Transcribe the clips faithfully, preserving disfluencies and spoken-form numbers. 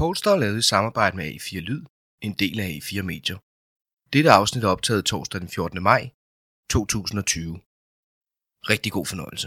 Polestar er lavet i samarbejde med A fire Lyd, en del af A fire Medier. Dette afsnit er optaget torsdag den fjortende maj to tusind og tyve. Rigtig god fornøjelse.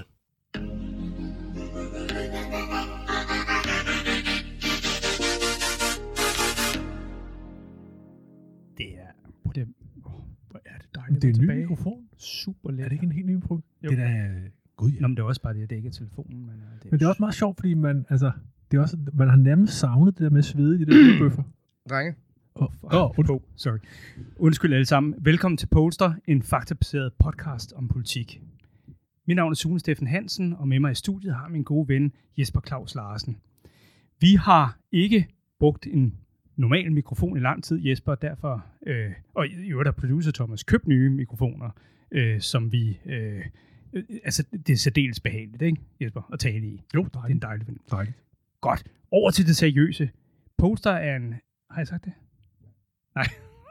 Det er, det, hvor er det dejligt. Det er en ny tilbage. mikrofon. Super let. Er det ikke en helt ny mikrofon? Jo. Det er da, gud ja. Nå, men det er også bare det, at det ikke er telefonen. Men, det er, Men det er også meget sjovt, fordi man, altså, det er også, man har nærmest savnet det der med at svede i de der bøffer. Drenge. Åh, oh, oh, sorry. Undskyld alle sammen. Velkommen til Polestar, en faktabaseret podcast om politik. Mit navn er Sune Steffen Hansen, og med mig i studiet har min gode ven Jesper Claus Larsen. Vi har ikke brugt en normal mikrofon i lang tid, Jesper, derfor, øh, og i øvrigt har producer Thomas købt nye mikrofoner, øh, som vi, øh, øh, altså det er særdeles behageligt, ikke, Jesper, at tale i. Jo, Det er en dejlig ven. dejligt. Godt. Over til det seriøse. Polestar er en... Har jeg sagt det? Nej.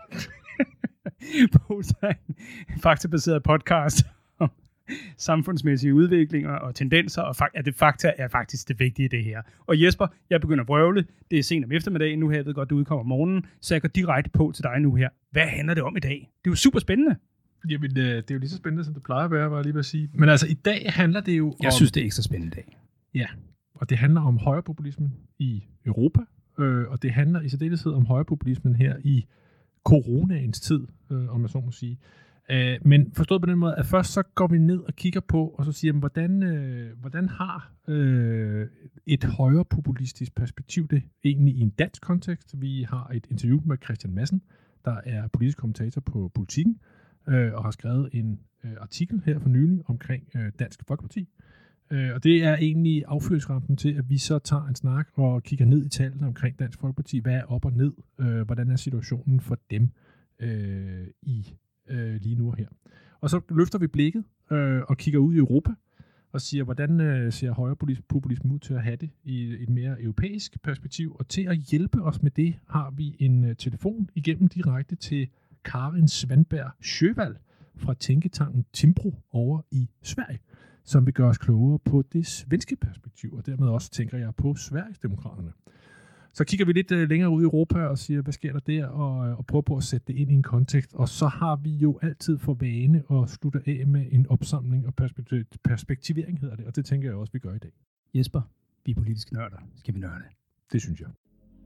Polestar er en faktabaseret podcast om samfundsmæssige udviklinger og tendenser, og fak- at det fakta er faktisk det vigtige i det her. Og Jesper, jeg begynder at vrøvle. Det er sent om eftermiddagen nu her. Jeg ved godt, du udkommer om morgenen, så jeg går direkte på til dig nu her. Hvad handler det om i dag? Det er jo super spændende. Jamen, øh, det er jo lige så spændende, som det plejer at være, var jeg lige ved at sige. Men altså, i dag handler det jo Jeg om... synes, det er ekstra spændende i dag. Ja, og det handler om højrepopulismen i Europa, øh, og det handler i særdeleshed om højrepopulismen her i coronaens tid, øh, om jeg så må sige. Øh, men forstået på den måde, at først så går vi ned og kigger på, og så siger, jamen, hvordan, øh, hvordan har øh, et højrepopulistisk perspektiv det egentlig i en dansk kontekst? Vi har et interview med Christian Madsen, der er politisk kommentator på Politikken, øh, og har skrevet en øh, artikel her for nylig omkring øh, Dansk Folkeparti. Øh, og det er egentlig affyringsrampen til, at vi så tager en snak og kigger ned i tallene omkring Dansk Folkeparti. Hvad er op og ned? Øh, hvordan er situationen for dem øh, i øh, lige nu og her? Og så løfter vi blikket øh, og kigger ud i Europa og siger, hvordan øh, ser højrepopulismen ud til at have det i et mere europæisk perspektiv? Og til at hjælpe os med det, har vi en øh, telefon igennem direkte til Karin Svanberg Sjøvald fra tænketanken Timbro over i Sverige, som vil gøre os klogere på det svenske perspektiv, og dermed også tænker jeg på Sverigesdemokraterne. Så kigger vi lidt uh, længere ud i Europa og siger, hvad sker der der, og, og prøver på at sætte det ind i en kontekst. Og så har vi jo altid for vane at slutte af med en opsamling og perspektiv- perspektivering, hedder det, og det tænker jeg også, vi gør i dag. Jesper, vi er politiske nørder. Skal vi nørde? Det synes jeg.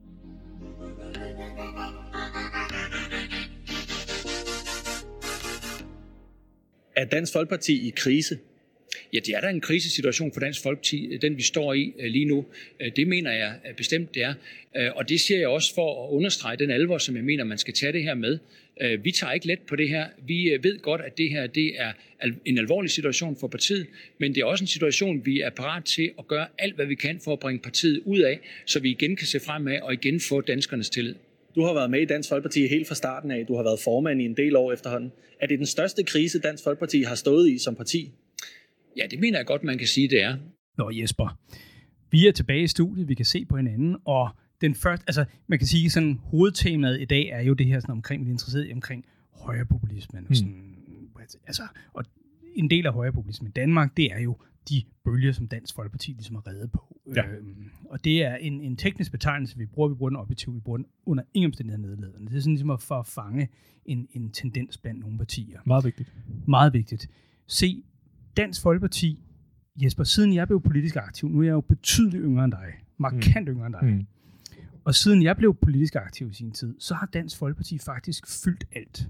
Er Dansk Folkeparti i krise? Ja, det er da en krisesituation for Dansk Folkeparti, den vi står i lige nu. Det mener jeg bestemt, det er. Og det siger jeg også for at understrege den alvor, som jeg mener, man skal tage det her med. Vi tager ikke let på det her. Vi ved godt, at det her det er en alvorlig situation for partiet, men det er også en situation, vi er parat til at gøre alt, hvad vi kan for at bringe partiet ud af, så vi igen kan se fremad og igen få danskernes tillid. Du har været med i Dansk Folkeparti helt fra starten af. Du har været formand i en del år efterhånden. Er det den største krise, Dansk Folkeparti har stået i som parti? Ja, det mener jeg godt, man kan sige, det er. Nå Jesper, vi er tilbage i studiet, vi kan se på hinanden, og den første, altså man kan sige sådan, hovedtemaet i dag er jo det her sådan omkring, vi er interesseret i omkring højrepopulismen. Og, sådan, mm. altså, og en del af højrepopulismen i Danmark, det er jo de bølger, som Dansk Folkeparti ligesom er reddet på. Ja. Øhm, og det er en, en teknisk betegnelse, vi bruger, vi bruger den objektivt, vi bruger den under ingen omstændigheder nedladende. Det er sådan ligesom at, for at fange en, en tendens blandt nogle partier. Meget vigtigt. Meget vigtigt. Se, Dansk Folkeparti, Jesper, siden jeg blev politisk aktiv, nu er jeg jo betydeligt yngre end dig, markant mm. yngre end dig, mm. og siden jeg blev politisk aktiv i sin tid, så har Dansk Folkeparti faktisk fyldt alt.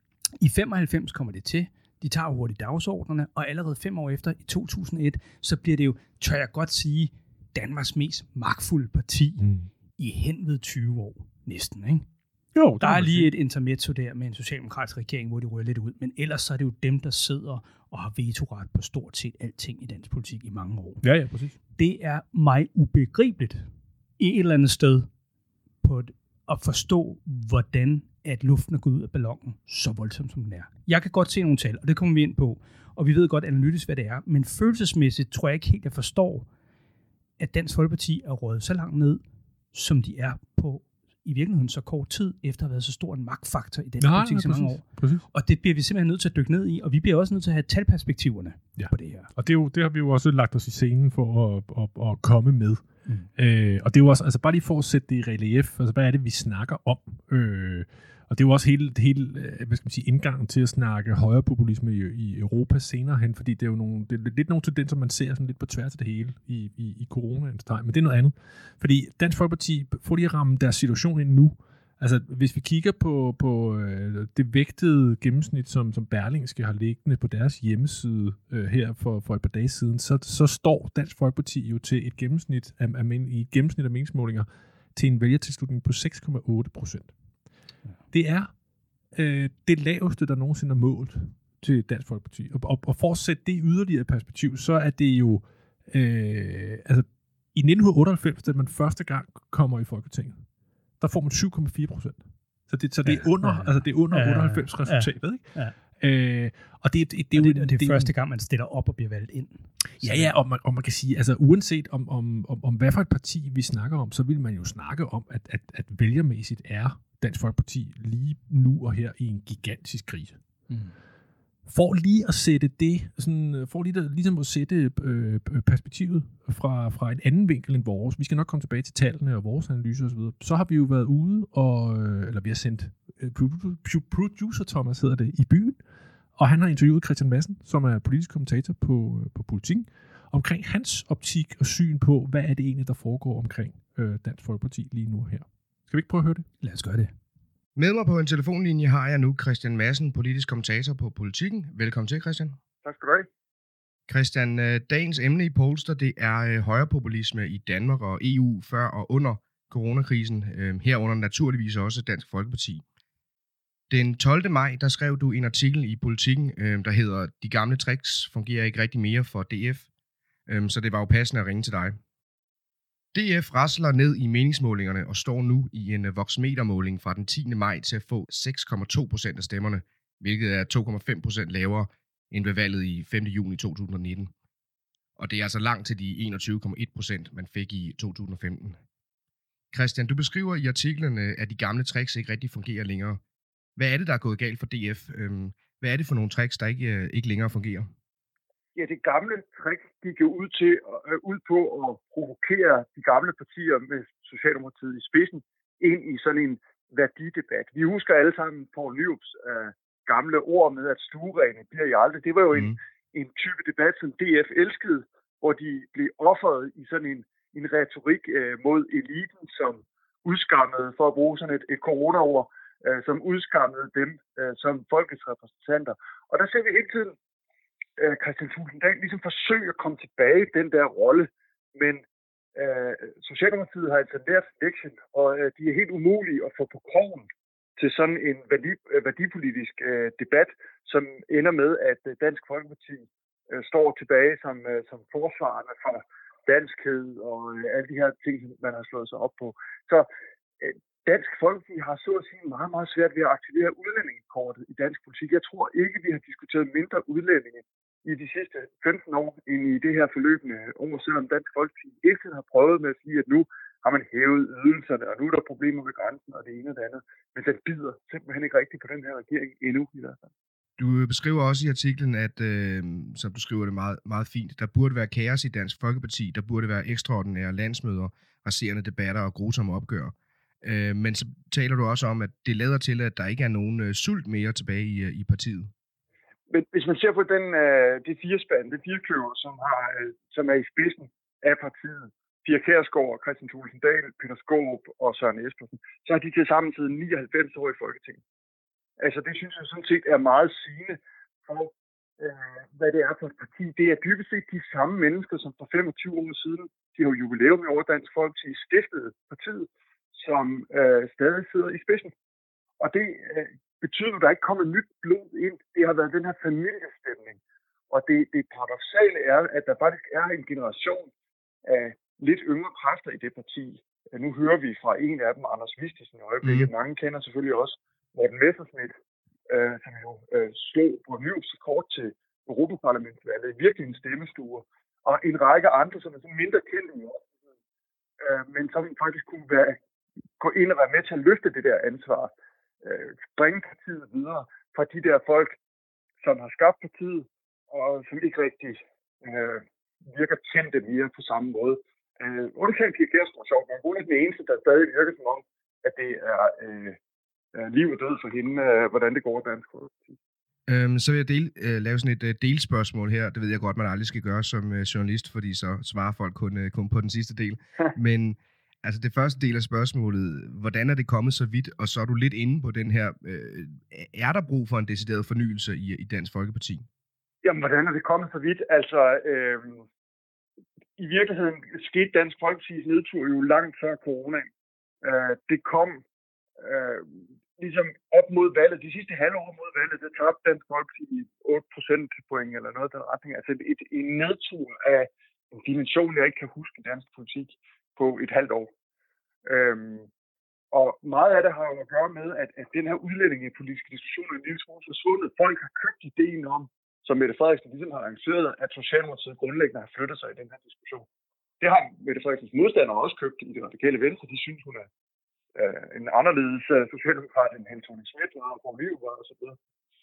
I femoghalvfems kommer det til, de tager hurtigt dagsordnerne, og allerede fem år efter, i to tusind og et, så bliver det jo, tør jeg godt sige, Danmarks mest magtfulde parti mm. i henved tyve år, næsten, ikke? Jo, der er lige et intermezzo der med en socialdemokratisk regering, hvor de rører lidt ud, men ellers så er det jo dem, der sidder og har vetoret på stort set alting i dansk politik i mange år. Ja, ja, præcis. Det er mig ubegribeligt i et eller andet sted på et, at forstå, hvordan at luften er gået ud af ballonen så voldsomt, som den er. Jeg kan godt se nogle tal, og det kommer vi ind på, og vi ved godt analytisk, hvad det er, men følelsesmæssigt tror jeg ikke helt, jeg forstår, at Dansk Folkeparti er røget så langt ned, som de er på i virkeligheden så kort tid, efter at have været så stor en magtfaktor i den nej, politik så nej, mange år. Præcis. Og det bliver vi simpelthen nødt til at dykke ned i, og vi bliver også nødt til at have talperspektiverne ja. på det her. Og det, er jo, det har vi jo også lagt os i scenen for at, at, at komme med. Mm. Øh, og det er jo også, altså bare lige for at sætte det i relief, altså hvad er det, vi snakker om? Øh, og det er jo også hele, hele hvad skal man sige, indgangen til at snakke højrepopulisme i, i Europa senere hen, fordi det er jo nogle, det er lidt nogle tendenser, man ser sådan lidt på tværs af det hele i, i, i coronaens tegn, men det er noget andet. Fordi Dansk Folkeparti får lige at ramme deres situation ind nu. Altså, hvis vi kigger på, på øh, det vægtede gennemsnit, som, som Berlingske har liggende på deres hjemmeside øh, her for, for et par dage siden, så, så står Dansk Folkeparti jo til et gennemsnit af, af, i et gennemsnit af meningsmålinger til en vælgertilslutning på seks komma otte procent. Ja. Det er øh, det laveste, der nogensinde er målt til Dansk Folkeparti. Og, og, og for at sætte det yderligere perspektiv, så er det jo øh, altså i nitten otteoghalvfems, da man første gang kommer i Folketinget, der får man syv komma fire procent. Så det, så det er ja, under, ja, ja. altså det er under otteoghalvfems resultatet, ikke? Ja. Øh, og det, det, det, det, og er det, jo det er det, første gang, man stiller op og bliver valgt ind. Ja, ja, og man, og man kan sige, altså uanset om, om, om, om hvad for et parti vi snakker om, så vil man jo snakke om, at, at, at vælgermæssigt er Dansk Folkeparti lige nu og her i en gigantisk krise. Mm. For lige at sætte det, sådan, for lige at, ligesom at sætte øh, perspektivet fra, fra en anden vinkel end vores, vi skal nok komme tilbage til tallene og vores analyser osv., så, så har vi jo været ude, og, eller vi har sendt øh, producer Thomas, hedder det, i byen, og han har interviewet Christian Madsen, som er politisk kommentator på, på Politikken, omkring hans optik og syn på, hvad er det egentlig, der foregår omkring øh, Dansk Folkeparti lige nu her. Skal vi ikke prøve at høre det? Lad os gøre det. Med mig på en telefonlinje har jeg nu Christian Madsen, politisk kommentator på Politikken. Velkommen til, Christian. Tak skal du have. Christian, dagens emne i Polster, det er højrepopulisme i Danmark og E U før og under coronakrisen, herunder naturligvis også Dansk Folkeparti. Den tolvte maj, der skrev du en artikel i Politikken, der hedder "De gamle tricks fungerer ikke rigtig mere for D F", så det var jo passende at ringe til dig. D F rasler ned i meningsmålingerne og står nu i en voxmetermåling fra den tiende maj til at få seks komma to procent af stemmerne, hvilket er to komma fem procent lavere end ved valget i femte juni to tusind og nitten. Og det er altså langt til de enogtyve komma en procent, man fik i to tusind og femten. Christian, du beskriver i artiklen, at de gamle tricks ikke rigtig fungerer længere. Hvad er det, der er gået galt for D F? Hvad er det for nogle tricks, der ikke, ikke længere fungerer? Ja, det gamle trick gik jo ud, til, øh, ud på at provokere de gamle partier med Socialdemokratiet i spidsen ind i sådan en værdidebat. Vi husker alle sammen Poul Nyrups øh, gamle ord med, at stuerene bliver I aldrig. Det var jo mm. en, en type debat, som D F elskede, hvor de blev offeret i sådan en, en retorik øh, mod eliten, som udskammede, for at bruge sådan et, et corona-ord, øh, som udskammede dem øh, som folkets repræsentanter. Og der ser vi hele tiden Kristian Thulesen Dahl ligesom forsøge at komme tilbage i den der rolle, men øh, Socialdemokratiet har altså lært lektion, og øh, de er helt umulige at få på krogen til sådan en værdi, øh, værdipolitisk øh, debat, som ender med, at øh, Dansk Folkeparti øh, står tilbage som, øh, som forsvarende for danskhed og øh, alle de her ting, man har slået sig op på. Så øh, Dansk Folkeparti har så at sige meget, meget svært ved at aktivere udlændingekortet i dansk politik. Jeg tror ikke, vi har diskuteret mindre udlændinge i de sidste femten år end i det her forløbende år, selvom Dansk Folkeparti hele tiden har prøvet med at sige, at nu har man hævet ydelserne, og nu er der problemer ved grænsen, og det ene og det andet. Men den bider simpelthen ikke rigtigt på den her regering endnu i hvert fald. Du beskriver også i artiklen, at, øh, som du skriver det meget, meget fint, der burde være kaos i Dansk Folkeparti, der burde være ekstraordinære landsmøder, raserende debatter og grusomme opgør. Øh, men så taler du også om, at det lader til, at der ikke er nogen øh, sult mere tilbage i, i partiet. Men hvis man ser på den, øh, det firespand, det firekløver, som, har, øh, som er i spidsen af partiet, Pia Kjærsgaard, Kristian Thulesen Dahl, Peter Skaarup og Søren Espersen, så har de til sammen siden nioghalvfems år i Folketinget. Altså det synes jeg sådan set er meget sigende for, øh, hvad det er for et parti. Det er dybest set de samme mennesker, som for femogtyve år siden, de har jubilæum i år, Dansk Folkeparti stiftede partiet, som øh, stadig sidder i spidsen. Og det øh, betyder, at der ikke kommer nyt blod ind. Det har været den her familiestemning. Og det, det paradoksale er, at der faktisk er en generation af lidt yngre kræfter i det parti. Nu hører vi fra en af dem, Anders Vistisen i øjeblikket. Mm. Mange kender selvfølgelig også Morten Messerschmidt, øh, som jo øh, slog på Nyrups kort til Europaparlamentsvalget. Virkelig en stemmestue. Og en række andre, som er sådan mindre kendte i offentligheden, øh, men som faktisk kunne være gå ind og være med til at løfte det der ansvar, øh, bringe partiet videre fra de der folk, som har skabt partiet, og som ikke rigtig øh, virker kendte mere på samme måde. Øh, undtagen Pia Kjærsgaard, sjovt, men hun er den eneste, der stadig virker som om, at det er øh, liv og død for hende, øh, hvordan det går Dansk Folkeparti. Øhm, så vil jeg dele, øh, lave sådan et øh, delspørgsmål her. Det ved jeg godt, man aldrig skal gøre som øh, journalist, fordi så svarer folk kun, øh, kun på den sidste del. Men altså det første del af spørgsmålet, hvordan er det kommet så vidt, og så er du lidt inde på den her, øh, er der brug for en decideret fornyelse i, i Dansk Folkeparti? Jamen, hvordan er det kommet så vidt? Altså, øh, i virkeligheden skete Dansk Folkepartis nedtur jo langt før corona. Øh, det kom øh, ligesom op mod valget. De sidste halve år mod valget, det tabte Dansk Folkeparti otte procentpoint eller noget af den retning. Altså et, en nedtur af en dimension, jeg ikke kan huske i dansk politik på et halvt år. Øhm, og meget af det har jo at gøre med, at, at den her udlændingepolitiske diskussion er en lille smule forsvundet. Folk har købt ideen om, som Mette Frederiksen ligesom har arrangeret, at Socialdemokratiet grundlæggende har flyttet sig i den her diskussion. Det har Mette Frederiksens modstandere også købt i det radikale venstre. De synes, hun er øh, en anderledes uh, socialdemokrat end Helle Thorning-Schmidt og Poul Nyrup og så videre.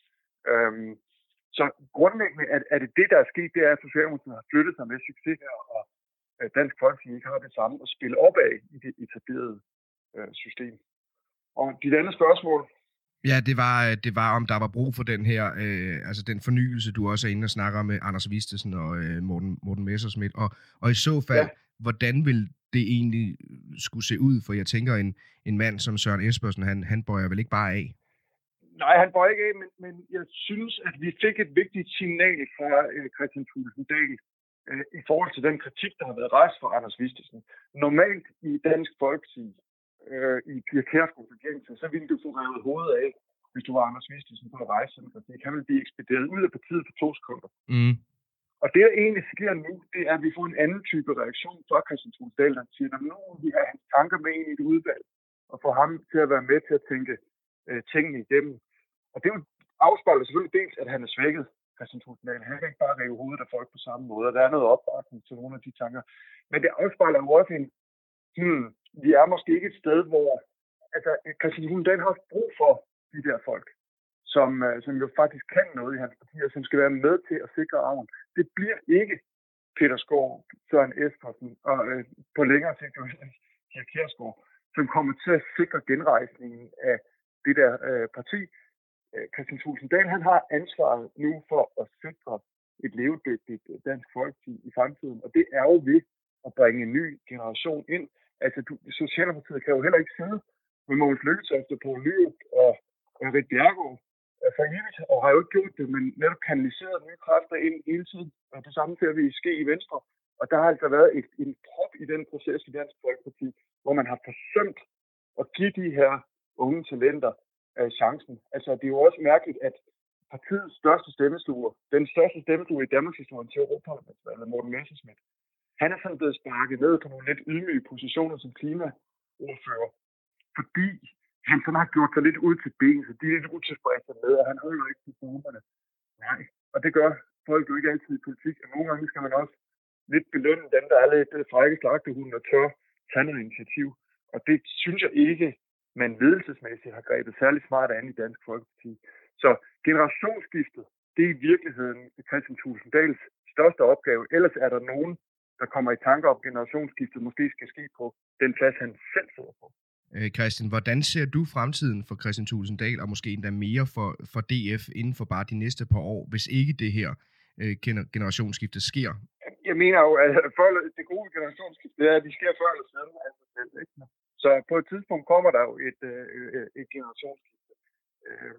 Øhm, så grundlæggende er, er det det, der er sket, det er, at Socialdemokratiet har flyttet sig med succes her, og øh, Dansk Folkeparti ikke har det samme at spille op af i det etablerede øh, system. Og dit andet spørgsmål. Ja, det var, det var, om der var brug for den her, øh, altså den fornyelse, du også er inde og snakker med Anders Vistesen og øh, Morten, Morten Messerschmidt. Og, og i så fald, ja. Hvordan vil det egentlig skulle se ud? For jeg tænker, en, en mand som Søren Espersen, han, han bøjer vel ikke bare af? Nej, han bøjer ikke af, men, men jeg synes, at vi fik et vigtigt signal fra øh, Kristian Thulesen Dahl øh, i forhold til den kritik, der har været rejst fra Anders Vistesen. Normalt i Dansk Folkeparti, øh, i Pia Kjærsgaards regering, så ville du få revet hovedet af, hvis du var Anders Vistesen på at rejse sådan en kritik. Han ville blive ekspederet ud af partiet på to sekunder. Mm. Og det, der egentlig sker nu, det er, at vi får en anden type reaktion fra Kristian Thulesen Dahl, der siger, at nu vi har hans tanker med ind i et udvalg, og få ham til at være med til at tænke øh, tingene igennem. Og det afspejler selvfølgelig dels, at han er svækket, Kristian Thulesen Dahl. Han kan ikke bare rive hovedet af folk på samme måde, og der er noget opbakning til nogle af de tanker. Men det afspejler jo også en, hmm, vi er måske ikke et sted, hvor altså, Kristian Thulesen Dahl har brug for de der folk, som, som jo faktisk kan noget i hans parti, og som skal være med til at sikre arven. Det bliver ikke Peter Skov, Søren Espersen og øh, på længere sigt Pia Kjærsgaard, som kommer til at sikre genrejsningen af det der øh, parti. Kristian Thulesen Dahl, han har ansvaret nu for at sikre et levedygtigt Dansk Folkeparti i fremtiden, og det er jo ved at bringe en ny generation ind. Altså, du, Socialdemokratiet kan jo heller ikke sidde med Mogens Lykketoft og Poul Nyrup og, og Ritt Bjerregaard for evigt, og har jo ikke gjort det, men netop kanaliseret nye kræfter ind hele tiden. Og det samme ser vi ske i Venstre. Og der har altså været et, en prop i den proces i Dansk Folkeparti, hvor man har forsømt at give de her unge talenter øh, chancen. Altså, det er jo også mærkeligt, at partiets største stemmesluger, den største stemmesluger i Danmarks historie til Europaparlamentsvalget, Morten Messerschmidt, han er sådan blevet sparket ned på nogle lidt ydmyge positioner som klimaordfører, fordi han sådan har gjort sig lidt ud til ben, så de er lidt utilfredse med, og han holder ikke til formerne. Nej, og det gør folk jo ikke altid i politik, og nogle gange skal man også lidt belønne dem, der er lidt frække slagtehunden og tør tage noget initiativ. Og det synes jeg ikke, man ledelsesmæssigt har grebet særlig smart an i Dansk Folkeparti. Så generationsskiftet, det er i virkeligheden Kristian Thulesen Dahls største opgave. Ellers er der nogen, der kommer i tanker om generationsskiftet måske skal ske på den plads, han selv sidder på. Øh, Christian, hvordan ser du fremtiden for Kristian Thulesen Dahl, og måske endda mere for, for D F inden for bare de næste par år, hvis ikke det her øh, generationsskifte sker? Jeg mener jo, at for det gode generationsskifte, det er, at de sker før eller siden. Altså, ikke? Så på et tidspunkt kommer der jo et, øh, et generationsskifte. Øh,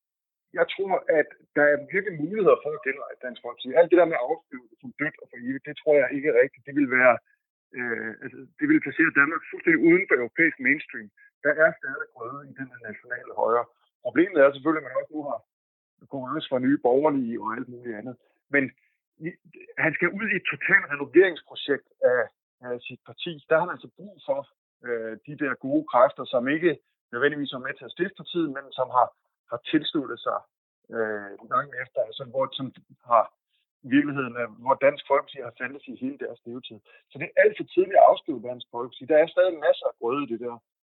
jeg tror, at der er virkelig muligheder for at genrejse Dansk Folkeparti. Alt det der med at afskrive det som dødt og for evigt, det tror jeg ikke er rigtigt. Det vil være Øh, altså, det vil placere Danmark fuldstændig uden for europæisk mainstream. Der er stadig grøde i den nationale højre. Problemet er selvfølgelig, at man også nu har konkurrence fra nye borgerlige og alt muligt andet. Men han skal ud i et totalt renoveringsprojekt af, af sit parti. Der har man altså brug for øh, de der gode kræfter, som ikke nødvendigvis er med til at stifte partiet, men som har, har tilsluttet sig øh, langt efter, altså, hvor, som har i virkeligheden, hvor Dansk Folkeparti har fandtes i hele deres levetid. Så det er alt for tidligt at afskrive Dansk Folkeparti. Der er stadig masser af grøde i det der.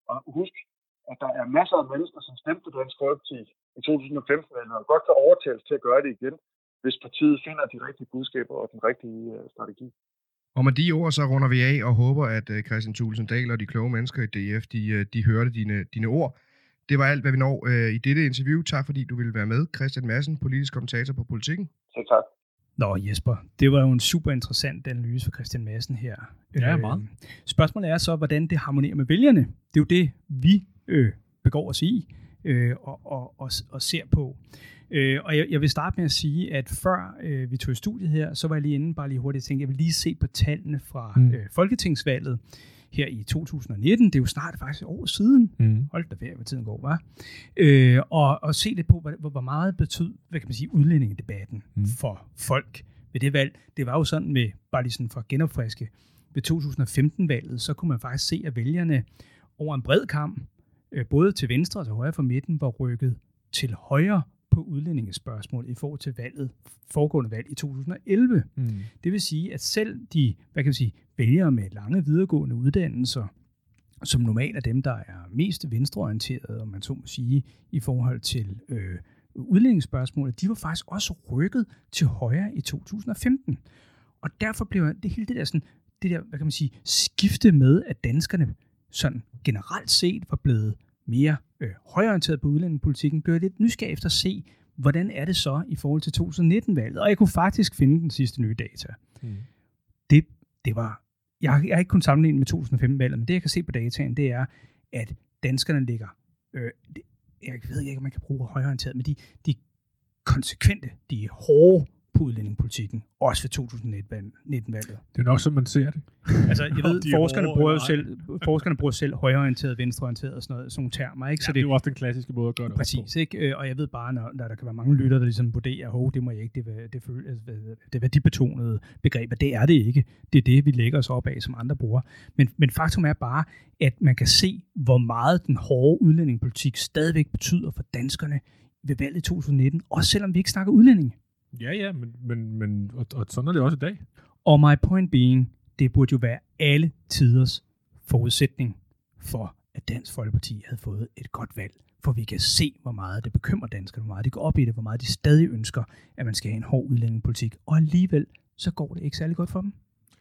Og husk, at der er masser af mennesker, som stemte Dansk Folkeparti i to tusind og femten, og godt kan overtales til at gøre det igen, hvis partiet finder de rigtige budskaber og den rigtige uh, strategi. Og med de ord, så runder vi af og håber, at uh, Kristian Thulesen Dahl og de kloge mennesker i D F, de, uh, de hørte dine, dine ord. Det var alt, hvad vi når uh, i dette interview. Tak fordi du ville være med. Christian Madsen, politisk kommentator på Politikken. Selv tak. Nå Jesper, det var jo en super interessant analyse for Christian Madsen her. Ja, meget. Øh, spørgsmålet er så, hvordan det harmonerer med vælgerne. Det er jo det, vi øh, begår os i øh, og, og, og, og ser på. Øh, og jeg, jeg vil starte med at sige, at før øh, vi tog i studiet her, så var jeg lige inde, bare lige hurtigt tænke, jeg vil lige se på tallene fra mm. øh, Folketingsvalget her i to tusind og nitten. Det er jo snart faktisk et år siden. Mm. Hold da ferie, hvor tiden går, hva'? Øh, og, og se lidt på, hvor, hvor meget betød, hvad kan man sige, udlændingedebatten mm. for folk ved det valg. Det var jo sådan med, bare lige sådan for at genopfriske, ved to tusind og femten-valget, så kunne man faktisk se, at vælgerne over en bred kam, øh, både til venstre og til højre for midten, var rykket til højre på udlændingespørgsmål i forhold til valget, foregående valg i to tusind og elleve. Mm. Det vil sige, at selv de, hvad kan man sige, vælgere med lange videregående uddannelser, som normalt er dem, der er mest venstreorienterede, om man så må sige, i forhold til øh, udlændingespørgsmålet, de var faktisk også rykket til højre i to tusind og femten. Og derfor blev det hele det der, sådan, det der, hvad kan man sige, skifte med, at danskerne sådan generelt set var blevet mere øh, højreorienteret på udlændingepolitikken, blev jeg lidt nysgerrig efter at se, hvordan er det så i forhold til to tusind og nitten-valget. Og jeg kunne faktisk finde den sidste nye data. Mm. Det, det var, jeg, jeg har ikke kun sammenlignet med to tusind og femten-valget, men det jeg kan se på dataen, det er, at danskerne ligger, øh, det, jeg ved ikke, om man kan bruge højreorienteret, men de, de konsekvente, de er hårde på udlændingepolitikken, også ved to tusind og nitten-valget. Det er nok, som man ser det. Altså, jeg ved, forskerne bruger, selv, forskerne bruger selv højreorienteret, venstreorienteret og sådan noget, sådan nogle termer, ikke? Så ja, det er jo også den klassiske måde at gøre det. Præcis, ikke? Og jeg ved bare, når, når der kan være mange lytter, der ligesom vurderer, hov, det må jeg ikke, det er det, det, det værdibetonede begreb, og det er det ikke. Det er det, vi lægger os op af, som andre bruger. Men, men faktum er bare, at man kan se, hvor meget den hårde udlændingepolitik stadigvæk betyder for danskerne ved valget i to tusind og nitten, også selvom vi ikke snakker udlændinge. Ja, ja, men, men, men og, og sådan er det også i dag. Og my point being, det burde jo være alle tiders forudsætning for, at Dansk Folkeparti havde fået et godt valg. For vi kan se, hvor meget det bekymrer danskerne, hvor meget de går op i det, hvor meget de stadig ønsker, at man skal have en hård udlændingepolitik. Og alligevel, så går det ikke særlig godt for dem.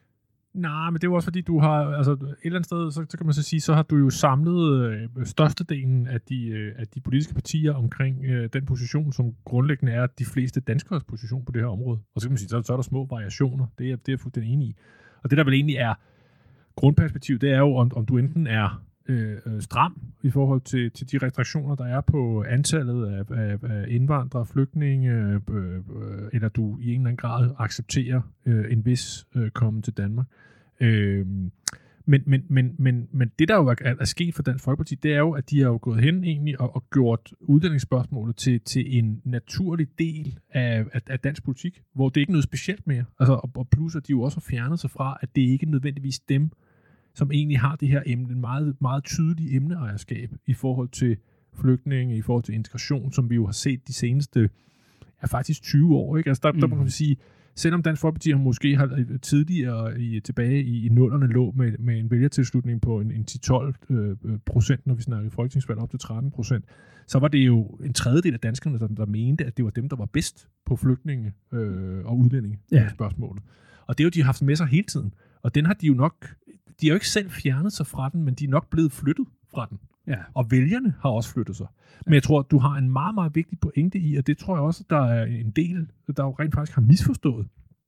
Nej, men det er jo også fordi, du har, altså et eller andet sted, så, så kan man så sige, så har du jo samlet øh, størstedelen af de, øh, af de politiske partier omkring øh, den position, som grundlæggende er de fleste danskers position på det her område. Og så kan man sige, så, så er der små variationer, det er, det er jeg fuldstændig enig i. Og det der vel egentlig er grundperspektiv, det er jo, om, om du enten er øh, stram i forhold til, til de restriktioner, der er på antallet af, af, af indvandrere, flygtninge, øh, øh, eller du i en eller anden grad accepterer øh, en vis øh, komme til Danmark. Øh, men, men, men, men, men det, der jo er, er sket for Dansk Folkeparti, det er jo, at de har jo gået hen egentlig og, og gjort uddannelsesspørgsmålet til, til en naturlig del af, af, af dansk politik, hvor det ikke er noget specielt mere. Altså, og, og plus, at de jo også har fjernet sig fra, at det ikke er nødvendigvis dem, som egentlig har det her emne, meget, meget tydelige emneejerskab i forhold til flygtninge, i forhold til integration, som vi jo har set de seneste, ja, faktisk tyve år. Ikke? Altså der, mm. der må man sige, selvom Dansk Folkeparti har måske har tidligere i, tilbage i, i nullerne lå med, med en vælgertilslutning på en, en ti til tolv øh, procent, når vi snakkede folketingsvalg op til tretten procent, så var det jo en tredjedel af danskerne, der, der mente, at det var dem, der var bedst på flygtninge øh, og udlændinge ja. spørgsmålet. Og det har jo de har haft med sig hele tiden. Og den har de jo nok, de har jo ikke selv fjernet sig fra den, men de er nok blevet flyttet fra den. Ja. Og vælgerne har også flyttet sig. Men jeg tror, at du har en meget, meget vigtig pointe i, og det tror jeg også, at der er en del, der jo rent faktisk har misforstået.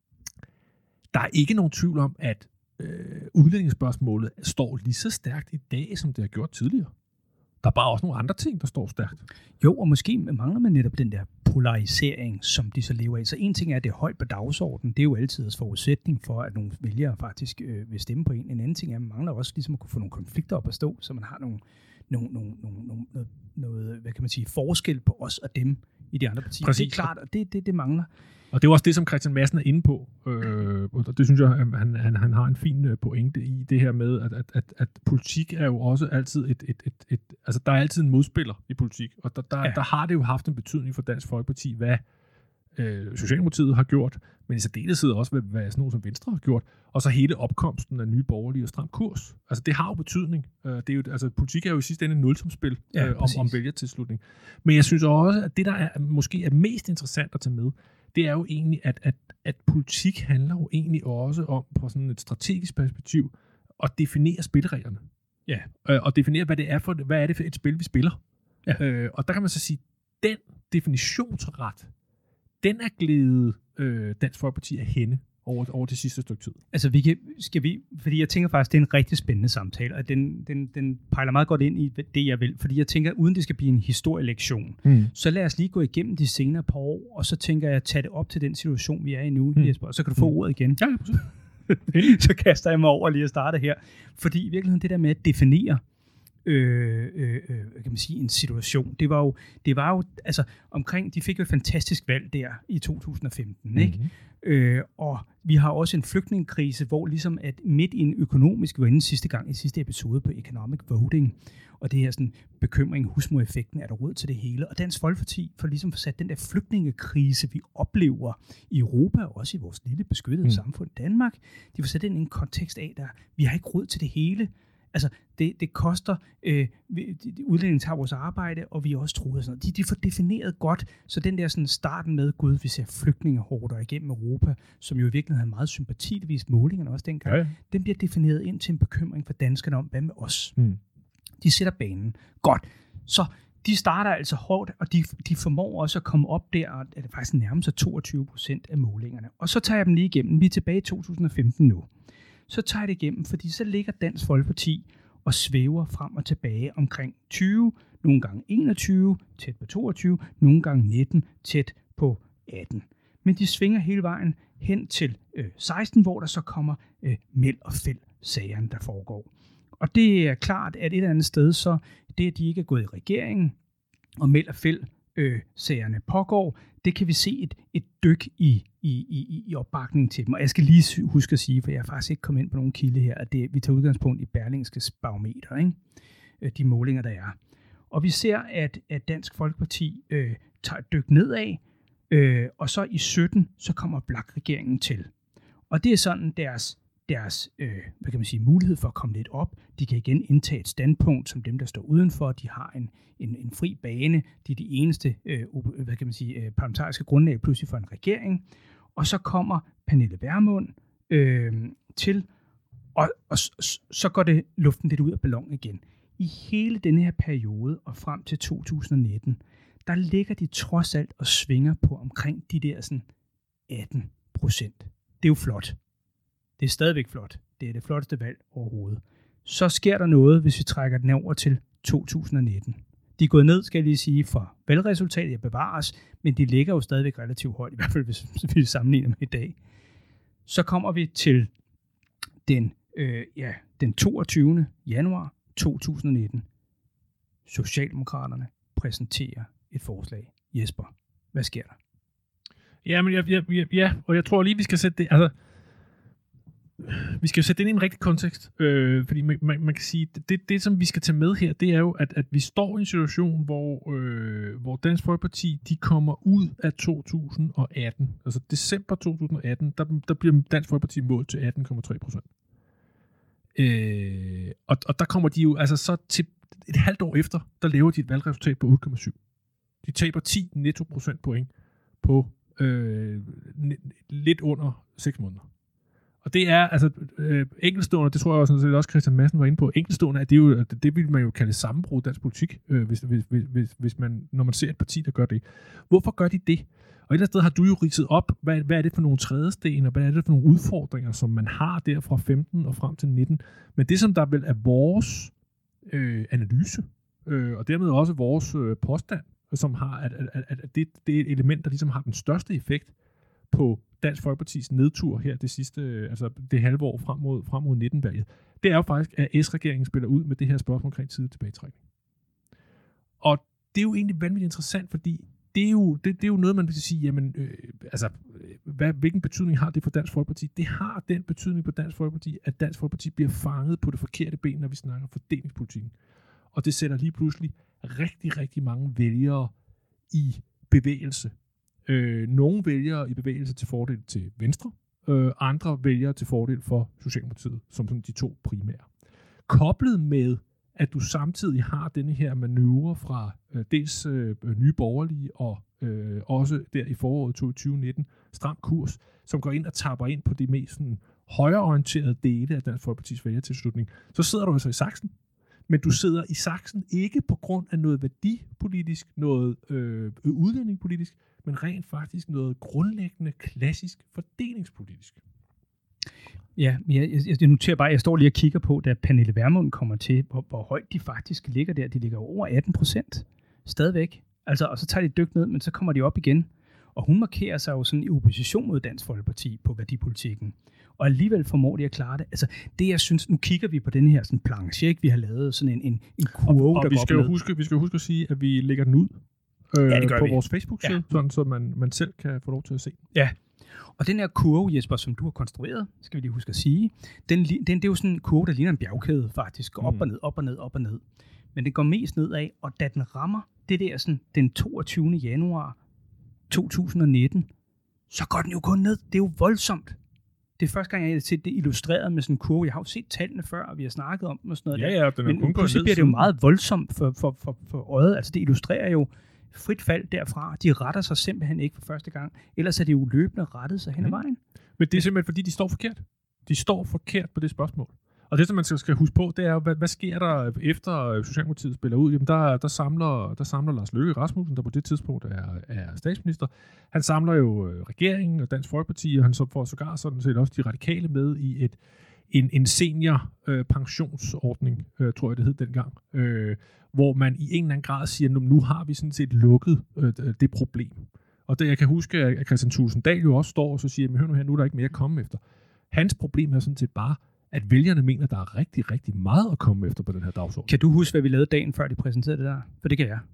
Der er ikke nogen tvivl om, at øh, udlændingsspørgsmålet står lige så stærkt i dag, som det har gjort tidligere. Der er bare også nogle andre ting, der står stærkt. Jo, og måske mangler man netop den der polarisering, som de så lever i. Så en ting er, at det er højt på dagsordenen. Det er jo altid en forudsætning for, at nogle vælgere faktisk øh, vil stemme på en. En anden ting er, at man mangler også ligesom at kunne få nogle konflikter op at stå, så man har nogle, nogle, nogle, nogle, nogle noget, noget, hvad kan man sige, forskel på os og dem i de andre partier. Præcis. Det er klart, og det, det, det mangler. Og det er også det, som Christian Madsen er inde på. Øh, og det synes jeg, han, han, han har en fin pointe i det her med, at, at, at, at politik er jo også altid et, et, et, et... Altså, der er altid en modspiller i politik, og der, der, ja. der har det jo haft en betydning for Dansk Folkeparti, hvad øh, Socialdemokratiet har gjort, men i særdeleshed også, hvad, hvad sådan noget som Venstre har gjort, og så hele opkomsten af nye borgerlige og stram kurs. Altså, det har jo betydning. Øh, det er jo, altså, politik er jo i sidste ende nulsumsspil ja, øh, om, om vælgertilslutning. Men jeg synes også, at det, der er, måske er mest interessant at tage med, det er jo egentlig, at, at, at politik handler jo egentlig også om, på sådan et strategisk perspektiv, at definere spillereglerne. Ja. Øh, og definere, hvad det er for, hvad er det for et spil, vi spiller. Ja. Øh, og der kan man så sige, den definitionsret, den er glædet øh, Dansk Folkeparti af hende over, over det sidste stykke tid. Altså, vi kan, skal vi, fordi jeg tænker faktisk, det er en rigtig spændende samtale, og den, den, den pejler meget godt ind i det, jeg vil, fordi jeg tænker, uden det skal blive en historielektion, mm. så lad os lige gå igennem de senere par år, og så tænker jeg at tage det op til den situation, vi er i nu, mm. Jesper, og så kan du få mm. ordet igen. Ja, så kaster jeg mig over lige at starte her. Fordi i virkeligheden det der med at definere øh, øh, kan man sige, en situation, det var jo, det var jo altså omkring, de fik jo et fantastisk valg der i to tusind og femten, mm-hmm. ikke? Øh, og vi har også en flygtningekrise, hvor ligesom at midt i en økonomisk, var inde sidste gang i sidste episode på Economic Voting, og det her sådan bekymring, husmoreffekten, er der råd til det hele, og Dansk Folkeparti for ligesom for sat den der flygtningekrise, vi oplever i Europa, og også i vores lille beskyttede mm. samfund Danmark, de får sat den i en kontekst af, der vi har ikke råd til det hele. Altså, det, det koster, øh, udlændingen tager vores arbejde, og vi er også truet. Sådan. De, de får defineret godt, så den der sådan starten med, gud, vi ser flygtningehorder igennem Europa, som jo i virkeligheden havde meget sympati, det viste målingerne også dengang, ja. Den bliver defineret ind til en bekymring for danskerne om, hvad med os? Mm. De sætter banen. Godt. Så de starter altså hårdt, og de, de formår også at komme op der, og det faktisk nærmest sig toogtyve procent af målingerne. Og så tager jeg dem lige igennem. Vi er tilbage i to tusind og femten nu. Så tager jeg det igennem, fordi så ligger Dansk Folkeparti og svæver frem og tilbage omkring tyve, nogle gange enogtyve, tæt på toogtyve, nogle gange nitten, tæt på atten. Men de svinger hele vejen hen til øh, seksten, hvor der så kommer øh, meld og fæld sagerne, der foregår. Og det er klart, at et eller andet sted, så det, at de ikke er gået i regeringen, og meld og fæld øh, sagerne pågår, det kan vi se et, et dyk i, i, i, i opbakningen til dem. Og jeg skal lige huske at sige, for jeg har faktisk ikke kommet ind på nogen kilde her, at det, vi tager udgangspunkt i Berlingskes barometer, ikke? De målinger, der er. Og vi ser, at, at Dansk Folkeparti øh, tager et dyk nedad, øh, og så i sytten, så kommer Blak-regeringen til. Og det er sådan deres deres øh, hvad kan man sige, mulighed for at komme lidt op. De kan igen indtage et standpunkt, som dem, der står udenfor. De har en, en, en fri bane. De er de eneste øh, hvad kan man sige, øh, parlamentariske grundlag pludselig for en regering. Og så kommer Pernille Vermund øh, til, og, og så går det luften lidt ud af ballonen igen. I hele denne her periode og frem til to tusind og nitten, der ligger de trods alt og svinger på omkring de der sådan atten procent. Det er jo flot. Det er stadigvæk flot. Det er det flotteste valg overhovedet. Så sker der noget, hvis vi trækker den over til to tusind og nitten. De er gået ned, skal jeg lige sige, for valgresultatet er bevares, men de ligger jo stadigvæk relativt højt, i hvert fald hvis vi sammenligner med i dag. Så kommer vi til den, øh, ja, den toogtyvende januar to tusind og nitten. Socialdemokraterne præsenterer et forslag. Jesper, hvad sker der? Ja, men jeg, jeg, jeg, ja, og jeg tror lige, vi skal sætte det, altså, vi skal sætte det ind i en rigtig kontekst, øh, fordi man, man, man kan sige, det, det som vi skal tage med her, det er jo, at, at vi står i en situation, hvor, øh, hvor Dansk Folkeparti, de kommer ud af to tusind og atten, altså december to tusind og atten, der, der bliver Dansk Folkeparti målt til atten komma tre procent. Øh, og, og der kommer de jo, altså så til et halvt år efter, der laver de et valgresultat på otte komma syv. De taber ti netto procentpoint på øh, lidt under seks måneder. Og det er, altså, øh, enkeltstående, det tror jeg også, også Christian Madsen var inde på, enkeltstående, at det, er jo, det, det vil man jo kalde sammenbrud dansk politik, øh, hvis, hvis, hvis, hvis man, når man ser et parti, der gør det. Hvorfor gør de det? Og et eller andet sted har du jo ridset op, hvad, hvad er det for nogle trædesten, og hvad er det for nogle udfordringer, som man har der fra femten og frem til nitten. Men det, som der vel er vores øh, analyse, øh, og dermed også vores øh, påstand, som har, at, at, at, at det, det er et element, der ligesom har den største effekt på Dansk Folkepartis nedtur her det sidste, altså det halve år frem mod, frem mod nitten-valget, det er jo faktisk, at S-regeringen spiller ud med det her spørgsmål omkring tidlig tilbagetrækning. Og det er jo egentlig vanvittigt interessant, fordi det er jo, det, det er jo noget, man vil sige, jamen, øh, altså, hvad, hvilken betydning har det for Dansk Folkeparti? Det har den betydning på Dansk Folkeparti, at Dansk Folkeparti bliver fanget på det forkerte ben, når vi snakker fordelingspolitikken. Og det sætter lige pludselig rigtig, rigtig mange vælgere i bevægelse. Øh, nogle vælger i bevægelse til fordel til Venstre, øh, andre vælger til fordel for Socialdemokratiet, som sådan de to primære. Koblet med, at du samtidig har denne her manøvre fra øh, dels øh, Nye Borgerlige og øh, også der i foråret tyve nitten, Stram Kurs, som går ind og tapper ind på de mest sådan, højreorienterede dele af Dansk Folkepartis vælgertilslutning, så sidder du altså i saksen. Men du sidder i saksen ikke på grund af noget værdipolitisk, noget øh, udlændingepolitisk, men rent faktisk noget grundlæggende, klassisk fordelingspolitisk. Ja, jeg, jeg, jeg noterer bare, jeg står lige og kigger på, da Pernille Vermund kommer til, hvor, hvor højt de faktisk ligger der. De ligger over atten procent stadigvæk. Altså, og så tager de et dyk ned, men så kommer de op igen. Og hun markerer sig jo sådan i opposition mod Dansk Folkeparti på værdipolitikken. Og alligevel formår de at klare det. Altså, det jeg synes, nu kigger vi på den her sådan planche, ikke? Vi har lavet sådan en, en, en kurve, og, og der vi går skal op jo huske, vi skal jo huske at sige, at vi lægger den ud øh, ja, det gør på vi. vores Facebook-side, ja. sådan, så man, man selv kan få lov til at se. Ja, og den her kurve, Jesper, som du har konstrueret, skal vi lige huske at sige, den, den, det er jo sådan en kurve, der ligner en bjergkæde faktisk, går op mm. og ned, op og ned, op og ned. Men den går mest nedad, og da den rammer det der sådan den toogtyvende januar to tusind nitten, så går den jo kun ned. Det er jo voldsomt. Det er første gang, jeg har set det illustreret med sådan en kurve. Jeg har jo set tallene før, og vi har snakket om dem og sådan noget. Ja, ja, den er men kun gået pludselig ned. bliver det jo meget voldsomt for, for, for, for øjet. Altså det illustrerer jo frit fald derfra. De retter sig simpelthen ikke for første gang. Ellers er det jo løbende rettet sig hen ad vejen. Men det er simpelthen, fordi de står forkert. De står forkert på det spørgsmål. Og det, som man skal huske på, det er jo, hvad, hvad sker der efter Socialdemokratiet spiller ud? Jamen, der, der, samler, der samler Lars Løkke Rasmussen, der på det tidspunkt er, er statsminister. Han samler jo regeringen og Dansk Folkeparti, og han så får sågar sådan set også de radikale med i et, en, en senior øh, pensionsordning, øh, tror jeg det hed dengang, øh, hvor man i en eller anden grad siger, nu har vi sådan set lukket øh, det problem. Og det, jeg kan huske, at Kristian Thulesen Dahl jo også står og så siger, men hør nu her, nu er der ikke mere at komme efter. Hans problem er sådan set bare, at vælgerne mener, der er rigtig, rigtig meget at komme efter på den her dagsorden. Kan du huske, hvad vi lavede dagen før, de præsenterede det der? For det kan jeg.